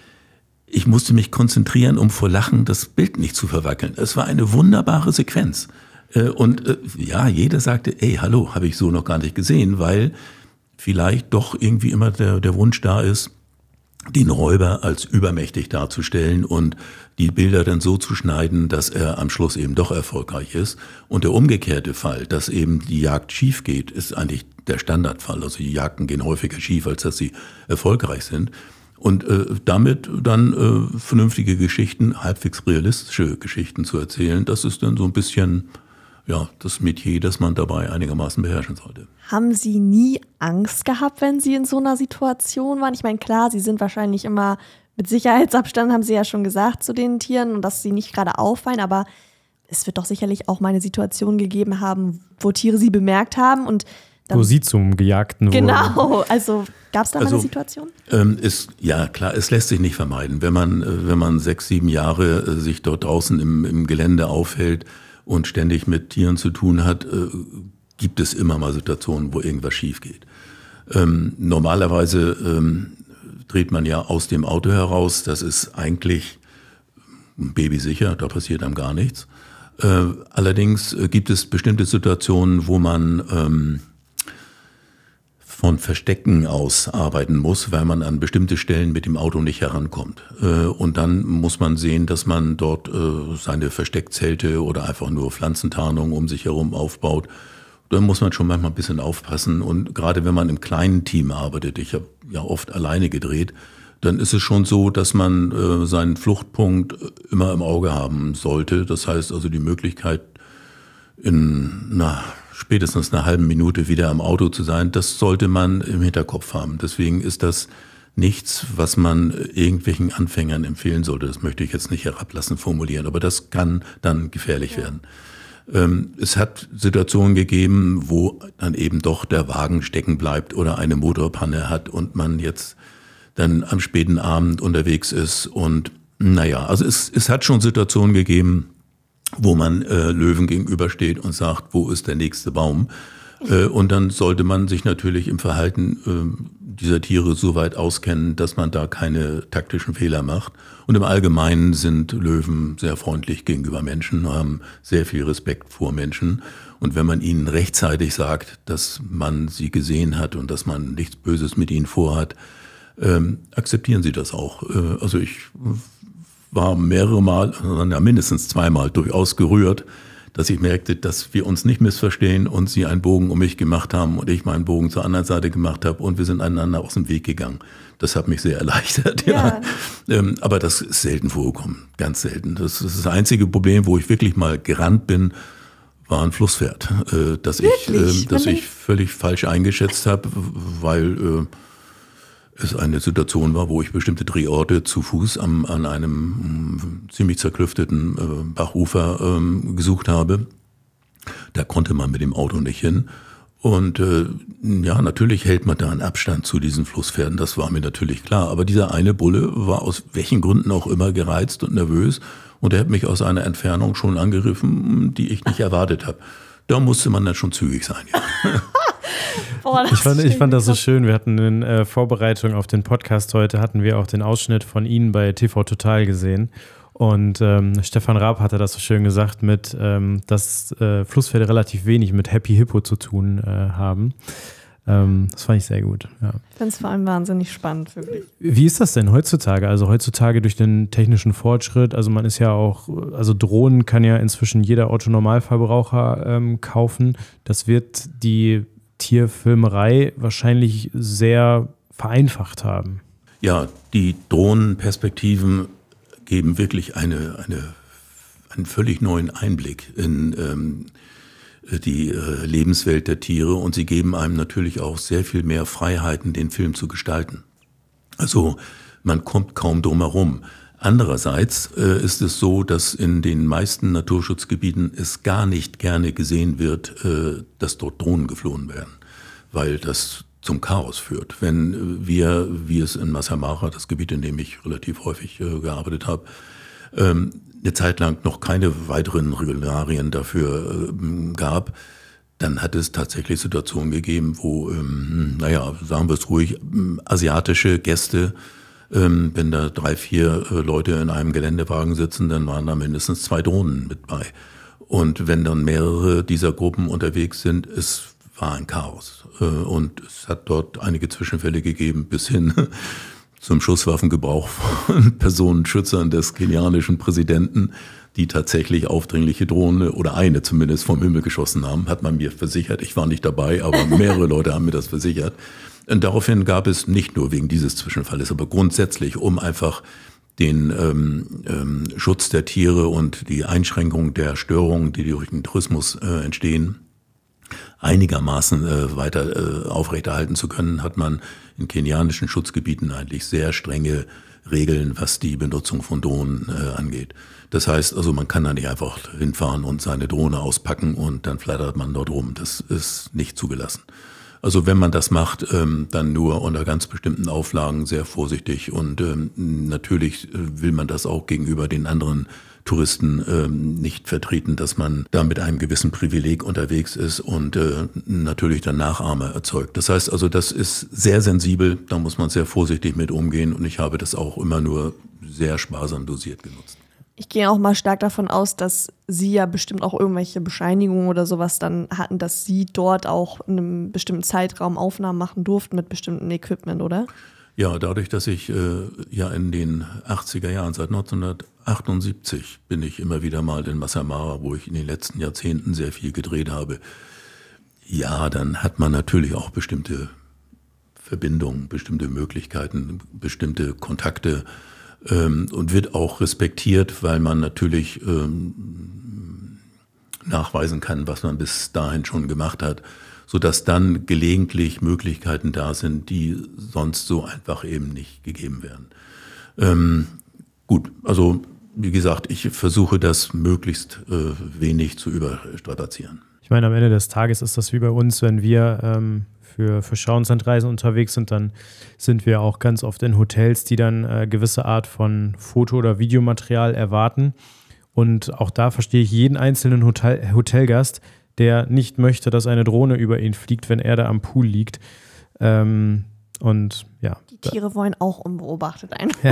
Ich musste mich konzentrieren, um vor Lachen das Bild nicht zu verwackeln. Es war eine wunderbare Sequenz. Und ja, jeder sagte, ey, hallo, habe ich so noch gar nicht gesehen, weil vielleicht doch irgendwie immer der, der Wunsch da ist, den Räuber als übermächtig darzustellen und die Bilder dann so zu schneiden, dass er am Schluss eben doch erfolgreich ist. Und der umgekehrte Fall, dass eben die Jagd schief geht, ist eigentlich der Standardfall. Also die Jagden gehen häufiger schief, als dass sie erfolgreich sind. Und äh, damit dann äh, vernünftige Geschichten, halbwegs realistische Geschichten zu erzählen, das ist dann so ein bisschen ja das Metier, das man dabei einigermaßen beherrschen sollte. Haben Sie nie Angst gehabt, wenn Sie in so einer Situation waren? Ich meine, klar, Sie sind wahrscheinlich immer mit Sicherheitsabstand, haben Sie ja schon gesagt, zu den Tieren und dass Sie nicht gerade auffallen, aber es wird doch sicherlich auch mal eine Situation gegeben haben, wo Tiere Sie bemerkt haben und dann, wo Sie zum Gejagten wurden. Genau, also gab es da mal also, eine Situation? Ähm, ist, ja, klar, es lässt sich nicht vermeiden. Wenn man, äh, wenn man sechs, sieben Jahre äh, sich dort draußen im, im Gelände aufhält und ständig mit Tieren zu tun hat, äh, gibt es immer mal Situationen, wo irgendwas schief geht. Ähm, normalerweise ähm, dreht man ja aus dem Auto heraus, das ist eigentlich babysicher, da passiert einem gar nichts. Äh, allerdings äh, gibt es bestimmte Situationen, wo man ähm, von Verstecken aus arbeiten muss, weil man an bestimmte Stellen mit dem Auto nicht herankommt. Und dann muss man sehen, dass man dort seine Versteckzelte oder einfach nur Pflanzentarnung um sich herum aufbaut. Da muss man schon manchmal ein bisschen aufpassen. Und gerade wenn man im kleinen Team arbeitet, ich habe ja oft alleine gedreht, dann ist es schon so, dass man äh, seinen Fluchtpunkt immer im Auge haben sollte. Das heißt also die Möglichkeit, in na, spätestens einer halben Minute wieder am Auto zu sein, das sollte man im Hinterkopf haben. Deswegen ist das nichts, was man irgendwelchen Anfängern empfehlen sollte. Das möchte ich jetzt nicht herablassend formulieren, aber das kann dann gefährlich ja. werden. Ähm, es hat Situationen gegeben, wo dann eben doch der Wagen stecken bleibt oder eine Motorpanne hat und man jetzt dann am späten Abend unterwegs ist. Und naja, also es, es hat schon Situationen gegeben, wo man äh, Löwen gegenübersteht und sagt, wo ist der nächste Baum? Äh, und dann sollte man sich natürlich im Verhalten äh, dieser Tiere so weit auskennen, dass man da keine taktischen Fehler macht. Und im Allgemeinen sind Löwen sehr freundlich gegenüber Menschen, haben sehr viel Respekt vor Menschen. Und wenn man ihnen rechtzeitig sagt, dass man sie gesehen hat und dass man nichts Böses mit ihnen vorhat, ähm, akzeptieren sie das auch. Äh, also ich war mehrere Mal, ja mindestens zweimal durchaus gerührt, dass ich merkte, dass wir uns nicht missverstehen und sie einen Bogen um mich gemacht haben und ich meinen Bogen zur anderen Seite gemacht habe und wir sind einander aus dem Weg gegangen. Das hat mich sehr erleichtert. Ja. Ja. Ähm, aber das ist selten vorgekommen, ganz selten. Das ist das einzige Problem, wo ich wirklich mal gerannt bin, war ein Flusspferd, äh, das ich, äh, das ich völlig falsch eingeschätzt habe, weil äh, es eine Situation war, wo ich bestimmte Drehorte zu Fuß am, an einem um, ziemlich zerklüfteten äh, Bachufer ähm, gesucht habe. Da konnte man mit dem Auto nicht hin. Und äh, ja, natürlich hält man da einen Abstand zu diesen Flusspferden, das war mir natürlich klar. Aber dieser eine Bulle war aus welchen Gründen auch immer gereizt und nervös und er hat mich aus einer Entfernung schon angegriffen, die ich nicht erwartet habe. Da musste man dann schon zügig sein, ja. Boah, ich fand, ich fand das so schön. Wir hatten in äh, Vorbereitung auf den Podcast heute, hatten wir auch den Ausschnitt von Ihnen bei T V Total gesehen. Und ähm, Stefan Raab hatte das so schön gesagt, mit, ähm, dass äh, Flusspferde relativ wenig mit Happy Hippo zu tun äh, haben. Ähm, das fand ich sehr gut. Ja. Ich finde es vor allem wahnsinnig spannend, wirklich. Wie ist das denn heutzutage? Also heutzutage durch den technischen Fortschritt, also man ist ja auch, also Drohnen kann ja inzwischen jeder Autonormalverbraucher ähm, kaufen. Das wird die Tierfilmerei wahrscheinlich sehr vereinfacht haben. Ja, die Drohnenperspektiven geben wirklich eine, eine, einen völlig neuen Einblick in ähm, die äh, Lebenswelt der Tiere und sie geben einem natürlich auch sehr viel mehr Freiheiten, den Film zu gestalten. Also man kommt kaum drum herum. Andererseits äh, ist es so, dass in den meisten Naturschutzgebieten es gar nicht gerne gesehen wird, äh, dass dort Drohnen geflohen werden, weil das zum Chaos führt. Wenn wir, wie es in Masai Mara, das Gebiet, in dem ich relativ häufig äh, gearbeitet habe, ähm, eine Zeit lang noch keine weiteren Regularien dafür äh, gab, dann hat es tatsächlich Situationen gegeben, wo, ähm, naja, sagen wir es ruhig, ähm, asiatische Gäste, ähm, wenn da drei, vier äh, Leute in einem Geländewagen sitzen, dann waren da mindestens zwei Drohnen mit bei. Und wenn dann mehrere dieser Gruppen unterwegs sind, es war ein Chaos. Äh, und es hat dort einige Zwischenfälle gegeben, bis hin zum Schusswaffengebrauch von Personenschützern des kenianischen Präsidenten, die tatsächlich aufdringliche Drohnen oder eine zumindest vom Himmel geschossen haben, hat man mir versichert. Ich war nicht dabei, aber mehrere Leute haben mir das versichert. Und daraufhin gab es nicht nur wegen dieses Zwischenfalles, aber grundsätzlich, um einfach den ähm, ähm, Schutz der Tiere und die Einschränkung der Störungen, die durch den Tourismus äh, entstehen, einigermaßen äh, weiter äh, aufrechterhalten zu können, hat man in kenianischen Schutzgebieten eigentlich sehr strenge Regeln, was die Benutzung von Drohnen äh, angeht. Das heißt also, man kann da nicht einfach hinfahren und seine Drohne auspacken und dann flattert man dort rum. Das ist nicht zugelassen. Also wenn man das macht, ähm, dann nur unter ganz bestimmten Auflagen, sehr vorsichtig. Und ähm, natürlich will man das auch gegenüber den anderen Touristen ähm, nicht vertreten, dass man da mit einem gewissen Privileg unterwegs ist und äh, natürlich dann Nachahmer erzeugt. Das heißt also, das ist sehr sensibel, da muss man sehr vorsichtig mit umgehen und ich habe das auch immer nur sehr sparsam dosiert genutzt. Ich gehe auch mal stark davon aus, dass Sie ja bestimmt auch irgendwelche Bescheinigungen oder sowas dann hatten, dass Sie dort auch in einem bestimmten Zeitraum Aufnahmen machen durften mit bestimmten Equipment, oder? Ja, dadurch, dass ich äh, ja in den achtziger Jahren, seit neunzehnhundertachtundsiebzig bin ich immer wieder mal in Masai Mara, wo ich in den letzten Jahrzehnten sehr viel gedreht habe. Ja, dann hat man natürlich auch bestimmte Verbindungen, bestimmte Möglichkeiten, bestimmte Kontakte ähm, und wird auch respektiert, weil man natürlich ähm, nachweisen kann, was man bis dahin schon gemacht hat, sodass dann gelegentlich Möglichkeiten da sind, die sonst so einfach eben nicht gegeben werden. Ähm, gut, also wie gesagt, ich versuche das möglichst äh, wenig zu überstrapazieren. Ich meine, am Ende des Tages ist das wie bei uns, wenn wir ähm, für, für Schauenslandreisen unterwegs sind, dann sind wir auch ganz oft in Hotels, die dann äh, gewisse Art von Foto- oder Videomaterial erwarten. Und auch da verstehe ich jeden einzelnen Hotel, Hotelgast, der nicht möchte, dass eine Drohne über ihn fliegt, wenn er da am Pool liegt. Ähm, und ja. Die Tiere wollen auch unbeobachtet ein. Ja.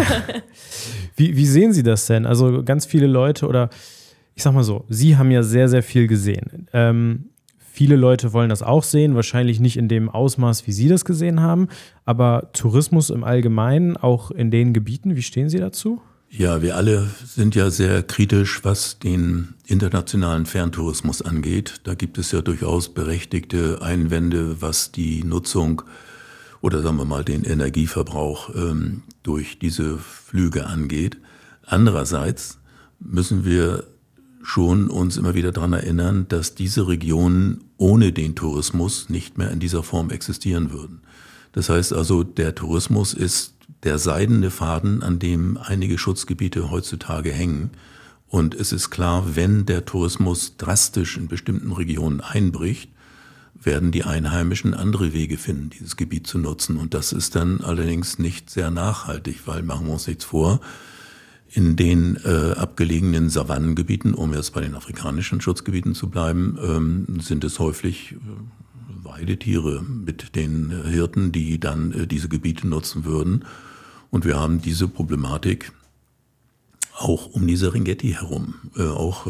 Wie, wie sehen Sie das denn? Also ganz viele Leute oder ich sag mal so, Sie haben ja sehr, sehr viel gesehen. Ähm, viele Leute wollen das auch sehen, wahrscheinlich nicht in dem Ausmaß, wie Sie das gesehen haben, aber Tourismus im Allgemeinen, auch in den Gebieten, wie stehen Sie dazu? Ja, wir alle sind ja sehr kritisch, was den internationalen Ferntourismus angeht. Da gibt es ja durchaus berechtigte Einwände, was die Nutzung oder sagen wir mal den Energieverbrauch ähm, durch diese Flüge angeht. Andererseits müssen wir schon uns immer wieder daran erinnern, dass diese Regionen ohne den Tourismus nicht mehr in dieser Form existieren würden. Das heißt also, der Tourismus ist der seidene Faden, an dem einige Schutzgebiete heutzutage hängen. Und es ist klar, wenn der Tourismus drastisch in bestimmten Regionen einbricht, werden die Einheimischen andere Wege finden, dieses Gebiet zu nutzen. Und das ist dann allerdings nicht sehr nachhaltig, weil, machen wir uns nichts vor, in den äh, abgelegenen Savannengebieten, um jetzt bei den afrikanischen Schutzgebieten zu bleiben, ähm, sind es häufig äh, Weidetiere mit den äh, Hirten, die dann äh, diese Gebiete nutzen würden. Und wir haben diese Problematik auch um die Serengeti herum, äh, auch äh,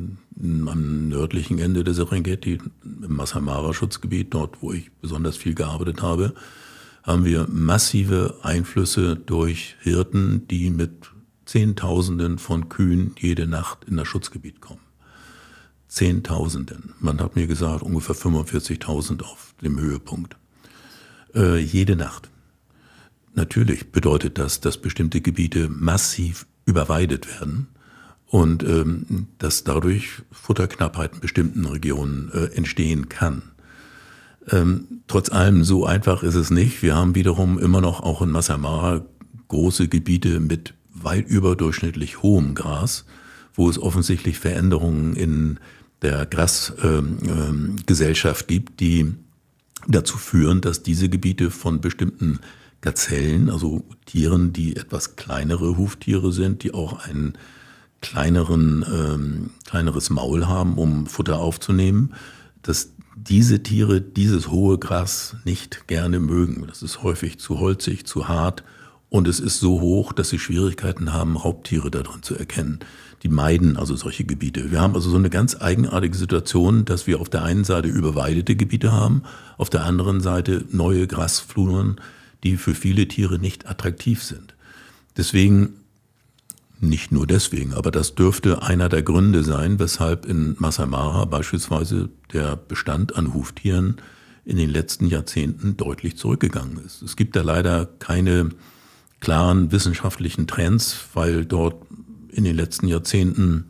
am nördlichen Ende der Serengeti, im Masai Mara Schutzgebiet, dort wo ich besonders viel gearbeitet habe, haben wir massive Einflüsse durch Hirten, die mit Zehntausenden von Kühen jede Nacht in das Schutzgebiet kommen. Zehntausenden. Man hat mir gesagt, ungefähr fünfundvierzigtausend auf dem Höhepunkt. Äh, jede Nacht. Natürlich bedeutet das, dass bestimmte Gebiete massiv überweidet werden und ähm, dass dadurch Futterknappheit in bestimmten Regionen äh, entstehen kann. Ähm, trotz allem, so einfach ist es nicht. Wir haben wiederum immer noch auch in Masai Mara große Gebiete mit weit überdurchschnittlich hohem Gras, wo es offensichtlich Veränderungen in der Grasgesellschaft äh, äh, gibt, die dazu führen, dass diese Gebiete von bestimmten Gazellen, also Tieren, die etwas kleinere Huftiere sind, die auch ein kleineren, ähm, kleineres Maul haben, um Futter aufzunehmen, dass diese Tiere dieses hohe Gras nicht gerne mögen. Das ist häufig zu holzig, zu hart und es ist so hoch, dass sie Schwierigkeiten haben, Raubtiere darin zu erkennen. Die meiden also solche Gebiete. Wir haben also so eine ganz eigenartige Situation, dass wir auf der einen Seite überweidete Gebiete haben, auf der anderen Seite neue Grasfluren, die für viele Tiere nicht attraktiv sind. Deswegen, nicht nur deswegen, aber das dürfte einer der Gründe sein, weshalb in Masai Mara beispielsweise der Bestand an Huftieren in den letzten Jahrzehnten deutlich zurückgegangen ist. Es gibt da leider keine klaren wissenschaftlichen Trends, weil dort in den letzten Jahrzehnten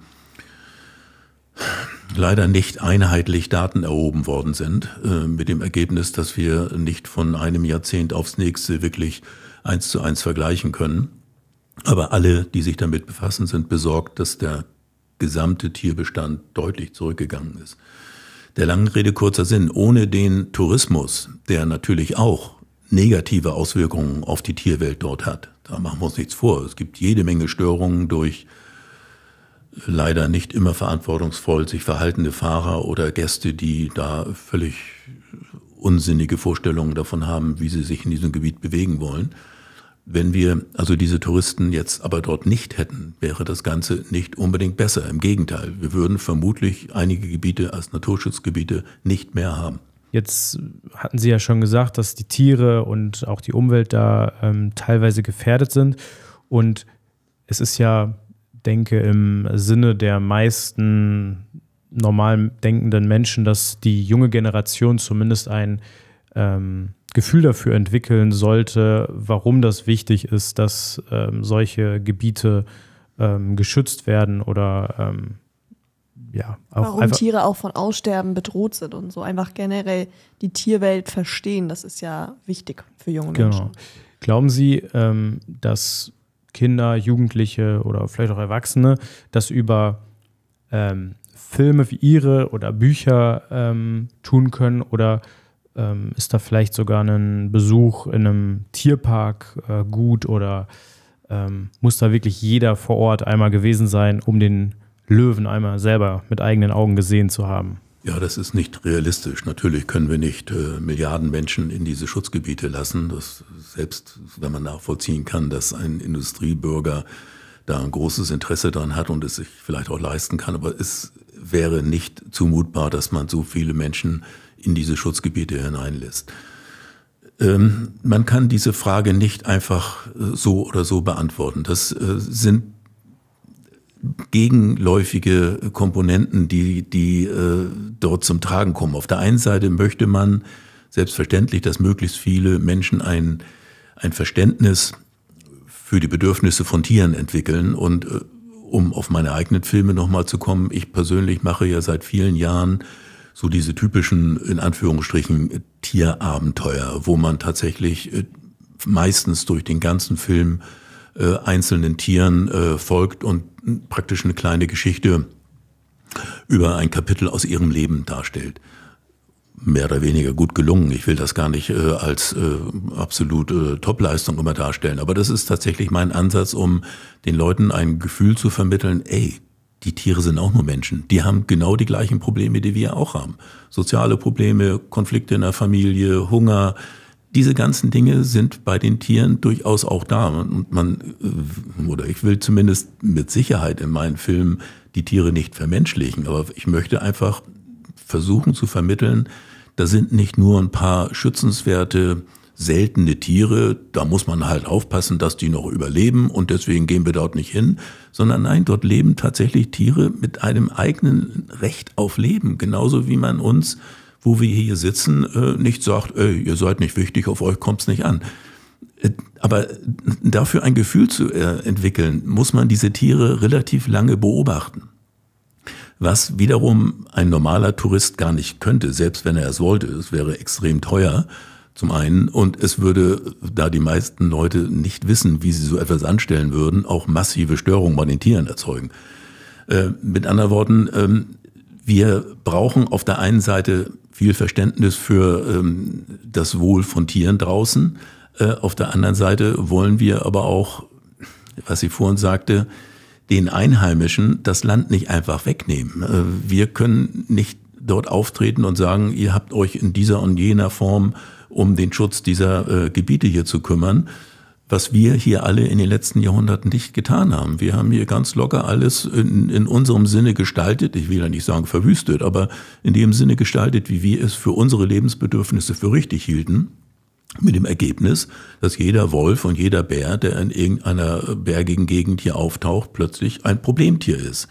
leider nicht einheitlich Daten erhoben worden sind, äh, mit dem Ergebnis, dass wir nicht von einem Jahrzehnt aufs nächste wirklich eins zu eins vergleichen können. Aber alle, die sich damit befassen, sind besorgt, dass der gesamte Tierbestand deutlich zurückgegangen ist. Der langen Rede kurzer Sinn, ohne den Tourismus, der natürlich auch negative Auswirkungen auf die Tierwelt dort hat, da machen wir uns nichts vor. Es gibt jede Menge Störungen durch leider nicht immer verantwortungsvoll sich verhaltende Fahrer oder Gäste, die da völlig unsinnige Vorstellungen davon haben, wie sie sich in diesem Gebiet bewegen wollen. Wenn wir also diese Touristen jetzt aber dort nicht hätten, wäre das Ganze nicht unbedingt besser. Im Gegenteil, wir würden vermutlich einige Gebiete als Naturschutzgebiete nicht mehr haben. Jetzt hatten Sie ja schon gesagt, dass die Tiere und auch die Umwelt da ähm, teilweise gefährdet sind. Und es ist ja, denke im Sinne der meisten normal denkenden Menschen, dass die junge Generation zumindest ein ähm, Gefühl dafür entwickeln sollte, warum das wichtig ist, dass ähm, solche Gebiete ähm, geschützt werden oder ähm, ja, auch warum einfach Tiere auch von Aussterben bedroht sind und so. Einfach generell die Tierwelt verstehen, das ist ja wichtig für junge genau. Menschen. Glauben Sie, ähm, dass Kinder, Jugendliche oder vielleicht auch Erwachsene das über ähm, Filme wie Ihre oder Bücher ähm, tun können oder ähm, ist da vielleicht sogar ein Besuch in einem Tierpark äh, gut oder ähm, muss da wirklich jeder vor Ort einmal gewesen sein, um den Löwen einmal selber mit eigenen Augen gesehen zu haben? Ja, das ist nicht realistisch. Natürlich können wir nicht äh, Milliarden Menschen in diese Schutzgebiete lassen. Das, selbst wenn man nachvollziehen kann, dass ein Industriebürger da ein großes Interesse daran hat und es sich vielleicht auch leisten kann. Aber es wäre nicht zumutbar, dass man so viele Menschen in diese Schutzgebiete hineinlässt. Ähm, man kann diese Frage nicht einfach so oder so beantworten. Das äh, sind gegenläufige Komponenten, die, die äh, dort zum Tragen kommen. Auf der einen Seite möchte man selbstverständlich, dass möglichst viele Menschen ein, ein Verständnis für die Bedürfnisse von Tieren entwickeln. Und äh, um auf meine eigenen Filme nochmal zu kommen, ich persönlich mache ja seit vielen Jahren so diese typischen, in Anführungsstrichen, Tierabenteuer, wo man tatsächlich äh, meistens durch den ganzen Film äh, einzelnen Tieren äh, folgt und praktisch eine kleine Geschichte über ein Kapitel aus ihrem Leben darstellt. Mehr oder weniger gut gelungen. Ich will das gar nicht äh, als äh, absolute Topleistung immer darstellen, aber das ist tatsächlich mein Ansatz, um den Leuten ein Gefühl zu vermitteln, ey, die Tiere sind auch nur Menschen. Die haben genau die gleichen Probleme, die wir auch haben. Soziale Probleme, Konflikte in der Familie, Hunger. Diese ganzen Dinge sind bei den Tieren durchaus auch da. Und man, oder ich will zumindest mit Sicherheit in meinen Filmen die Tiere nicht vermenschlichen, aber ich möchte einfach versuchen zu vermitteln, da sind nicht nur ein paar schützenswerte, seltene Tiere, da muss man halt aufpassen, dass die noch überleben und deswegen gehen wir dort nicht hin, sondern nein, dort leben tatsächlich Tiere mit einem eigenen Recht auf Leben, genauso wie man uns, wo wir hier sitzen, nicht sagt, ey, ihr seid nicht wichtig, auf euch kommt's nicht an. Aber dafür ein Gefühl zu entwickeln, muss man diese Tiere relativ lange beobachten. Was wiederum ein normaler Tourist gar nicht könnte, selbst wenn er es wollte. Es wäre extrem teuer, zum einen. Und es würde, da die meisten Leute nicht wissen, wie sie so etwas anstellen würden, auch massive Störungen bei den Tieren erzeugen. Äh, mit anderen Worten, ähm, wir brauchen auf der einen Seite viel Verständnis für ähm, das Wohl von Tieren draußen. Äh, auf der anderen Seite wollen wir aber auch, was ich vorhin sagte, den Einheimischen das Land nicht einfach wegnehmen. Äh, wir können nicht dort auftreten und sagen, ihr habt euch in dieser und jener Form um den Schutz dieser äh, Gebiete hier zu kümmern, was wir hier alle in den letzten Jahrhunderten nicht getan haben. Wir haben hier ganz locker alles in, in unserem Sinne gestaltet, ich will ja nicht sagen verwüstet, aber in dem Sinne gestaltet, wie wir es für unsere Lebensbedürfnisse für richtig hielten, mit dem Ergebnis, dass jeder Wolf und jeder Bär, der in irgendeiner bergigen Gegend hier auftaucht, plötzlich ein Problemtier ist.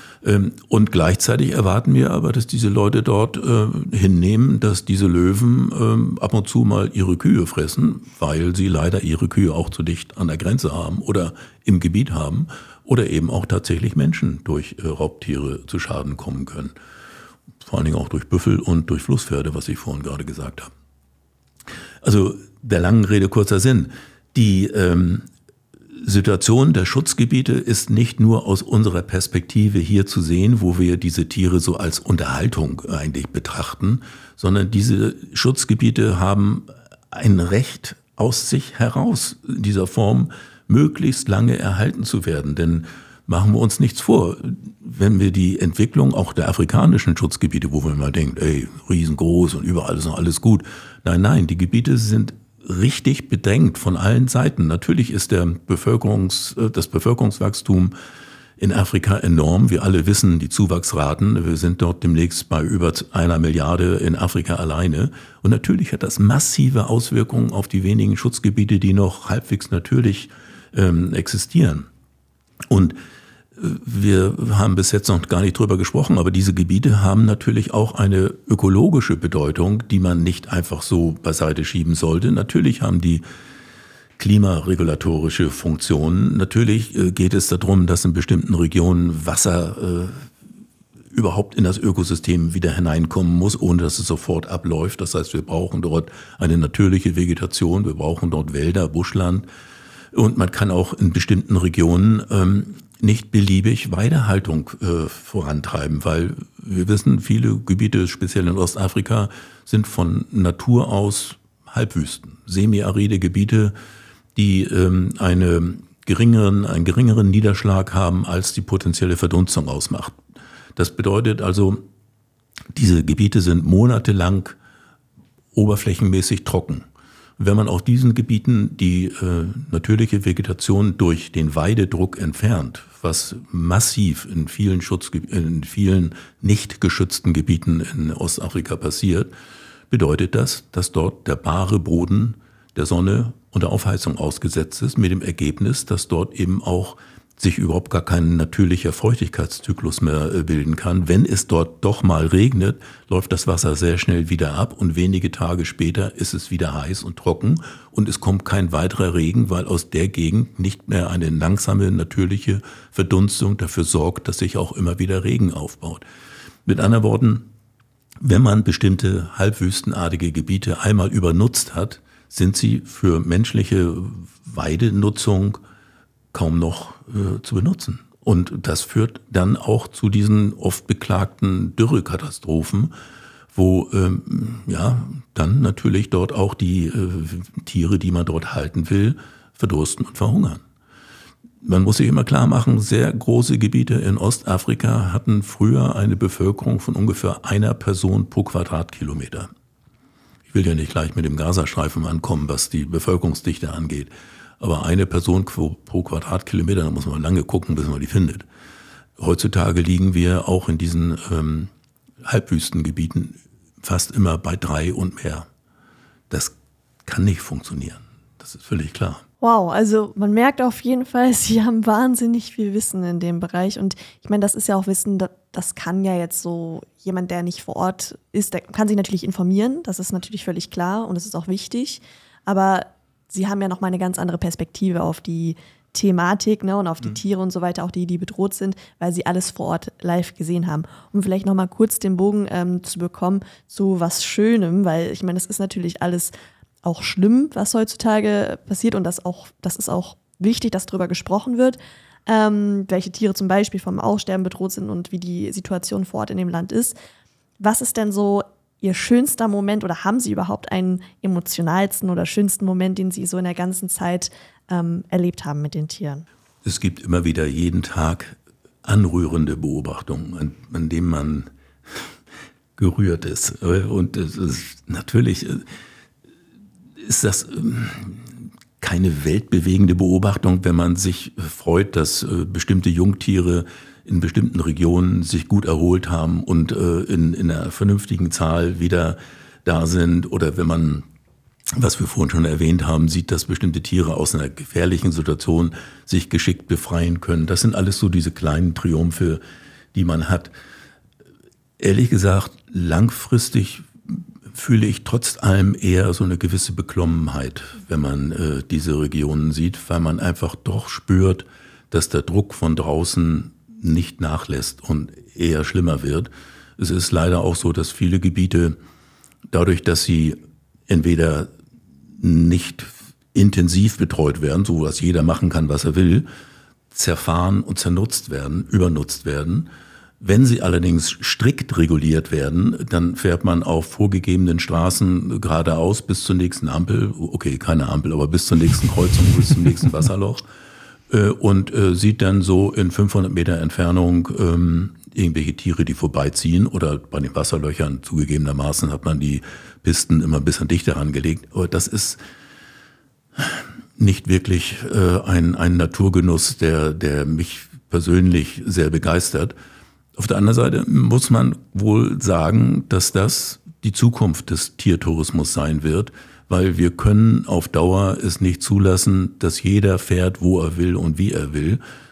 Und gleichzeitig erwarten wir aber, dass diese Leute dort äh, hinnehmen, dass diese Löwen äh, ab und zu mal ihre Kühe fressen, weil sie leider ihre Kühe auch zu dicht an der Grenze haben oder im Gebiet haben oder eben auch tatsächlich Menschen durch äh, Raubtiere zu Schaden kommen können. Vor allen Dingen auch durch Büffel und durch Flusspferde, was ich vorhin gerade gesagt habe. Also der langen Rede kurzer Sinn. Die ähm, Situation der Schutzgebiete ist nicht nur aus unserer Perspektive hier zu sehen, wo wir diese Tiere so als Unterhaltung eigentlich betrachten, sondern diese Schutzgebiete haben ein Recht aus sich heraus, in dieser Form möglichst lange erhalten zu werden. Denn machen wir uns nichts vor, wenn wir die Entwicklung auch der afrikanischen Schutzgebiete, wo man mal denkt, ey, riesengroß und überall ist noch alles gut. Nein, nein, die Gebiete sind richtig bedrängt von allen Seiten. Natürlich ist der Bevölkerungs, das Bevölkerungswachstum in Afrika enorm. Wir alle wissen die Zuwachsraten. Wir sind dort demnächst bei über einer Milliarde in Afrika alleine. Und natürlich hat das massive Auswirkungen auf die wenigen Schutzgebiete, die noch halbwegs natürlich ähm, existieren. Und Wir haben bis jetzt noch gar nicht drüber gesprochen, aber diese Gebiete haben natürlich auch eine ökologische Bedeutung, die man nicht einfach so beiseite schieben sollte. Natürlich haben die klimaregulatorische Funktionen. Natürlich geht es darum, dass in bestimmten Regionen Wasser äh, überhaupt in das Ökosystem wieder hineinkommen muss, ohne dass es sofort abläuft. Das heißt, wir brauchen dort eine natürliche Vegetation, wir brauchen dort Wälder, Buschland. Und man kann auch in bestimmten Regionen ähm, nicht beliebig Weidehaltung äh, vorantreiben, weil wir wissen, viele Gebiete, speziell in Ostafrika, sind von Natur aus Halbwüsten, semiaride Gebiete, die ähm, eine geringeren, einen geringeren Niederschlag haben, als die potenzielle Verdunstung ausmacht. Das bedeutet also, diese Gebiete sind monatelang oberflächenmäßig trocken. Wenn man auf diesen Gebieten die äh, natürliche Vegetation durch den Weidedruck entfernt, was massiv in vielen Schutzge- in vielen nicht geschützten Gebieten in Ostafrika passiert, bedeutet das, dass dort der bare Boden der Sonne und der Aufheizung ausgesetzt ist, mit dem Ergebnis, dass dort eben auch sich überhaupt gar kein natürlicher Feuchtigkeitszyklus mehr bilden kann. Wenn es dort doch mal regnet, läuft das Wasser sehr schnell wieder ab und wenige Tage später ist es wieder heiß und trocken und es kommt kein weiterer Regen, weil aus der Gegend nicht mehr eine langsame natürliche Verdunstung dafür sorgt, dass sich auch immer wieder Regen aufbaut. Mit anderen Worten, wenn man bestimmte halbwüstenartige Gebiete einmal übernutzt hat, sind sie für menschliche Weidenutzung kaum noch äh, zu benutzen. Und das führt dann auch zu diesen oft beklagten Dürrekatastrophen, wo ähm, ja dann natürlich dort auch die äh, Tiere, die man dort halten will, verdursten und verhungern. Man muss sich immer klar machen, sehr große Gebiete in Ostafrika hatten früher eine Bevölkerung von ungefähr einer Person pro Quadratkilometer. Ich will ja nicht gleich mit dem Gazastreifen ankommen, was die Bevölkerungsdichte angeht. Aber eine Person pro Quadratkilometer, da muss man lange gucken, bis man die findet. Heutzutage liegen wir auch in diesen ähm, Halbwüstengebieten fast immer bei drei und mehr. Das kann nicht funktionieren. Das ist völlig klar. Wow, also man merkt auf jeden Fall, Sie haben wahnsinnig viel Wissen in dem Bereich. Und ich meine, das ist ja auch Wissen, das kann ja jetzt so jemand, der nicht vor Ort ist, der kann sich natürlich informieren. Das ist natürlich völlig klar und das ist auch wichtig. Aber Sie haben ja nochmal eine ganz andere Perspektive auf die Thematik, ne, und auf die mhm. Tiere und so weiter, auch die, die bedroht sind, weil Sie alles vor Ort live gesehen haben. Um vielleicht nochmal kurz den Bogen ähm, zu bekommen zu was Schönem, weil ich meine, das ist natürlich alles auch schlimm, was heutzutage passiert und das, auch, das ist auch wichtig, dass darüber gesprochen wird, ähm, welche Tiere zum Beispiel vom Aussterben bedroht sind und wie die Situation vor Ort in dem Land ist. Was ist denn so Ihr schönster Moment oder haben Sie überhaupt einen emotionalsten oder schönsten Moment, den Sie so in der ganzen Zeit ähm, erlebt haben mit den Tieren? Es gibt immer wieder jeden Tag anrührende Beobachtungen, an, an denen man gerührt ist. Und es ist, natürlich ist das keine weltbewegende Beobachtung, wenn man sich freut, dass bestimmte Jungtiere in bestimmten Regionen sich gut erholt haben und äh, in, in einer vernünftigen Zahl wieder da sind. Oder wenn man, was wir vorhin schon erwähnt haben, sieht, dass bestimmte Tiere aus einer gefährlichen Situation sich geschickt befreien können. Das sind alles so diese kleinen Triumphe, die man hat. Ehrlich gesagt, langfristig fühle ich trotz allem eher so eine gewisse Beklommenheit, wenn man äh, diese Regionen sieht, weil man einfach doch spürt, dass der Druck von draußen nicht nachlässt und eher schlimmer wird. Es ist leider auch so, dass viele Gebiete, dadurch, dass sie entweder nicht intensiv betreut werden, so dass jeder machen kann, was er will, zerfahren und zernutzt werden, übernutzt werden. Wenn sie allerdings strikt reguliert werden, dann fährt man auf vorgegebenen Straßen geradeaus bis zur nächsten Ampel, okay, keine Ampel, aber bis zur nächsten Kreuzung, bis zum nächsten Wasserloch, und äh, sieht dann so in fünfhundert Meter Entfernung ähm, irgendwelche Tiere, die vorbeiziehen, oder bei den Wasserlöchern zugegebenermaßen hat man die Pisten immer ein bisschen dichter angelegt. Aber das ist nicht wirklich äh, ein, ein Naturgenuss, der, der mich persönlich sehr begeistert. Auf der anderen Seite muss man wohl sagen, dass das die Zukunft des Tiertourismus sein wird, weil wir können auf Dauer es nicht zulassen, dass jeder fährt, wo er will und wie er will,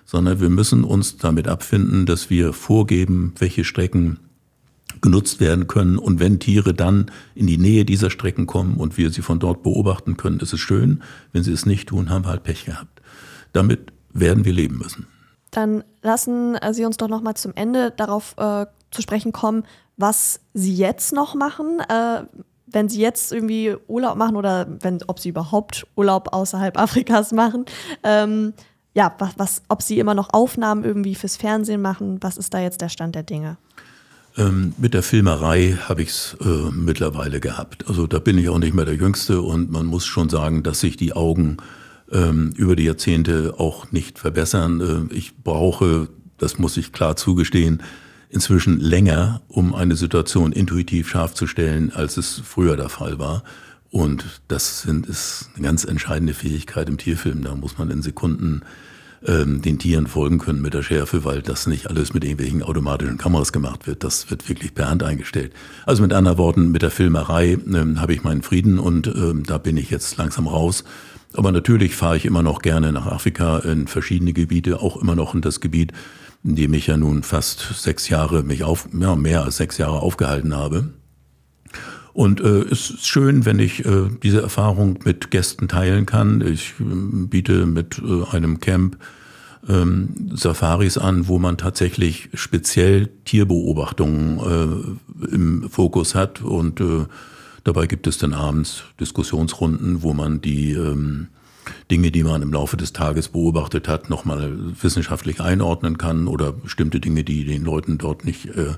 sondern wir müssen uns damit abfinden, dass wir vorgeben, welche Strecken genutzt werden können. Und wenn Tiere dann in die Nähe dieser Strecken kommen und wir sie von dort beobachten können, ist es schön. Wenn sie es nicht tun, haben wir halt Pech gehabt. Damit werden wir leben müssen. Dann lassen Sie uns doch noch mal zum Ende darauf äh, zu sprechen kommen, was Sie jetzt noch machen, äh, wenn Sie jetzt irgendwie Urlaub machen oder wenn, ob Sie überhaupt Urlaub außerhalb Afrikas machen. Ähm, ja, was, was, ob Sie immer noch Aufnahmen irgendwie fürs Fernsehen machen, was ist da jetzt der Stand der Dinge? Ähm, mit der Filmerei habe ich es äh, mittlerweile gehabt. Also da bin ich auch nicht mehr der Jüngste und man muss schon sagen, dass sich die Augen ähm, über die Jahrzehnte auch nicht verbessern. Äh, ich brauche, das muss ich klar zugestehen, inzwischen länger, um eine Situation intuitiv scharf zu stellen, als es früher der Fall war. Und das sind, ist eine ganz entscheidende Fähigkeit im Tierfilm. Da muss man in Sekunden ähm, den Tieren folgen können mit der Schärfe, weil das nicht alles mit irgendwelchen automatischen Kameras gemacht wird. Das wird wirklich per Hand eingestellt. Also mit anderen Worten, mit der Filmerei ähm, habe ich meinen Frieden und ähm, da bin ich jetzt langsam raus. Aber natürlich fahre ich immer noch gerne nach Afrika in verschiedene Gebiete, auch immer noch in das Gebiet, in dem ich ja nun fast sechs Jahre mich auf, ja, mehr als sechs Jahre aufgehalten habe. Und äh, es ist schön, wenn ich äh, diese Erfahrung mit Gästen teilen kann. Ich äh, biete mit äh, einem Camp ähm, Safaris an, wo man tatsächlich speziell Tierbeobachtungen äh, im Fokus hat. Und äh, dabei gibt es dann abends Diskussionsrunden, wo man die ähm, Dinge, die man im Laufe des Tages beobachtet hat, nochmal wissenschaftlich einordnen kann oder bestimmte Dinge, die den Leuten dort nicht äh,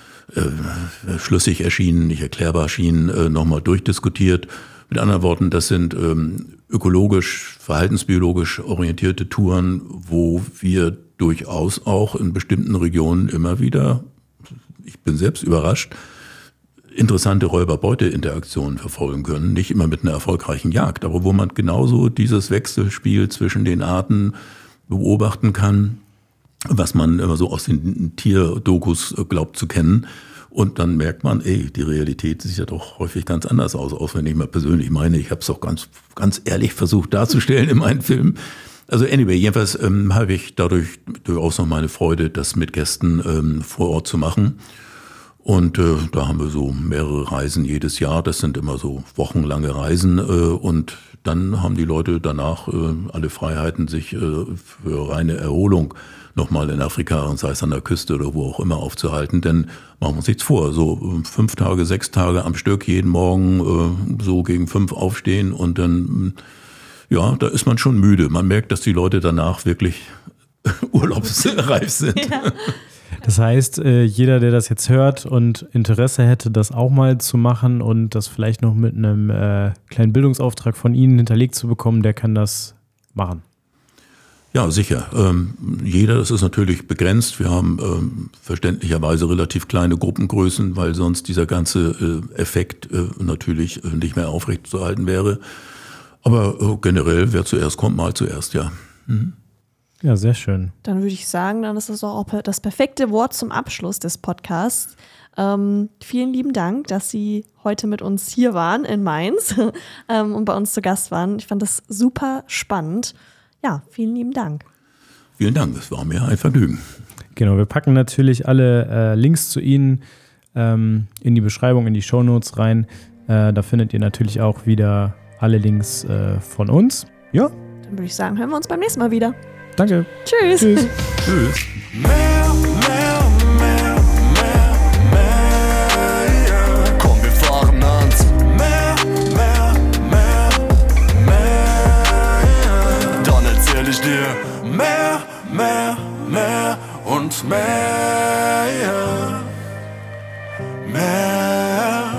äh, schlüssig erschienen, nicht erklärbar erschienen, äh, nochmal durchdiskutiert. Mit anderen Worten, das sind ähm, ökologisch, verhaltensbiologisch orientierte Touren, wo wir durchaus auch in bestimmten Regionen immer wieder, ich bin selbst überrascht, interessante Räuber-Beute-Interaktionen verfolgen können. Nicht immer mit einer erfolgreichen Jagd, aber wo man genauso dieses Wechselspiel zwischen den Arten beobachten kann, was man immer so aus den Tierdokus glaubt zu kennen. Und dann merkt man, ey, die Realität sieht ja doch häufig ganz anders aus, auch wenn ich mal persönlich meine, ich habe es auch ganz, ganz ehrlich versucht darzustellen in meinen Filmen. Also anyway, jedenfalls ähm, habe ich dadurch durchaus noch meine Freude, das mit Gästen ähm, vor Ort zu machen. Und äh, da haben wir so mehrere Reisen jedes Jahr. Das sind immer so wochenlange Reisen. Äh, und dann haben die Leute danach äh, alle Freiheiten, sich äh, für reine Erholung nochmal in Afrika, und sei es an der Küste oder wo auch immer, aufzuhalten. Denn machen wir uns nichts vor, so fünf Tage, sechs Tage am Stück, jeden Morgen äh, so gegen fünf aufstehen. Und dann, ja, da ist man schon müde. Man merkt, dass die Leute danach wirklich urlaubsreif sind. Ja. Das heißt, jeder, der das jetzt hört und Interesse hätte, das auch mal zu machen und das vielleicht noch mit einem äh, kleinen Bildungsauftrag von Ihnen hinterlegt zu bekommen, der kann das machen. Ja, sicher. Ähm, jeder, das ist natürlich begrenzt. Wir haben ähm, verständlicherweise relativ kleine Gruppengrößen, weil sonst dieser ganze äh, Effekt äh, natürlich äh, nicht mehr aufrechtzuerhalten wäre. Aber äh, generell, wer zuerst kommt, mal zuerst, ja. Mhm. Ja, sehr schön. Dann würde ich sagen, dann ist das auch das perfekte Wort zum Abschluss des Podcasts. Ähm, vielen lieben Dank, dass Sie heute mit uns hier waren in Mainz ähm, und bei uns zu Gast waren. Ich fand das super spannend. Ja, vielen lieben Dank. Vielen Dank, es war mir ein Vergnügen. Genau, wir packen natürlich alle äh, Links zu Ihnen ähm, in die Beschreibung, in die Shownotes rein. Äh, da findet ihr natürlich auch wieder alle Links äh, von uns. Ja. Dann würde ich sagen, hören wir uns beim nächsten Mal wieder. Danke. Tschüss. Tschüss. Tschüss. Mehr, mehr, mehr, mehr, mehr, yeah. Komm, wir fahren ans Meer, mehr, mehr, mehr, yeah. Dann erzähl ich dir mehr, mehr, mehr und mehr, yeah. Mehr,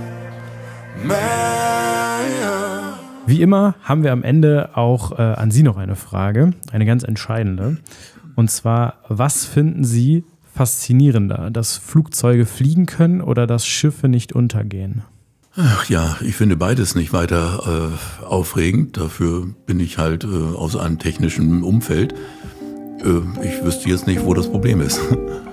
mehr, yeah. Wie immer haben wir am Ende auch äh, an Sie noch eine Frage, eine ganz entscheidende. Und zwar, was finden Sie faszinierender, dass Flugzeuge fliegen können oder dass Schiffe nicht untergehen? Ach ja, ich finde beides nicht weiter äh, aufregend. Dafür bin ich halt äh, aus einem technischen Umfeld. Äh, ich wüsste jetzt nicht, wo das Problem ist.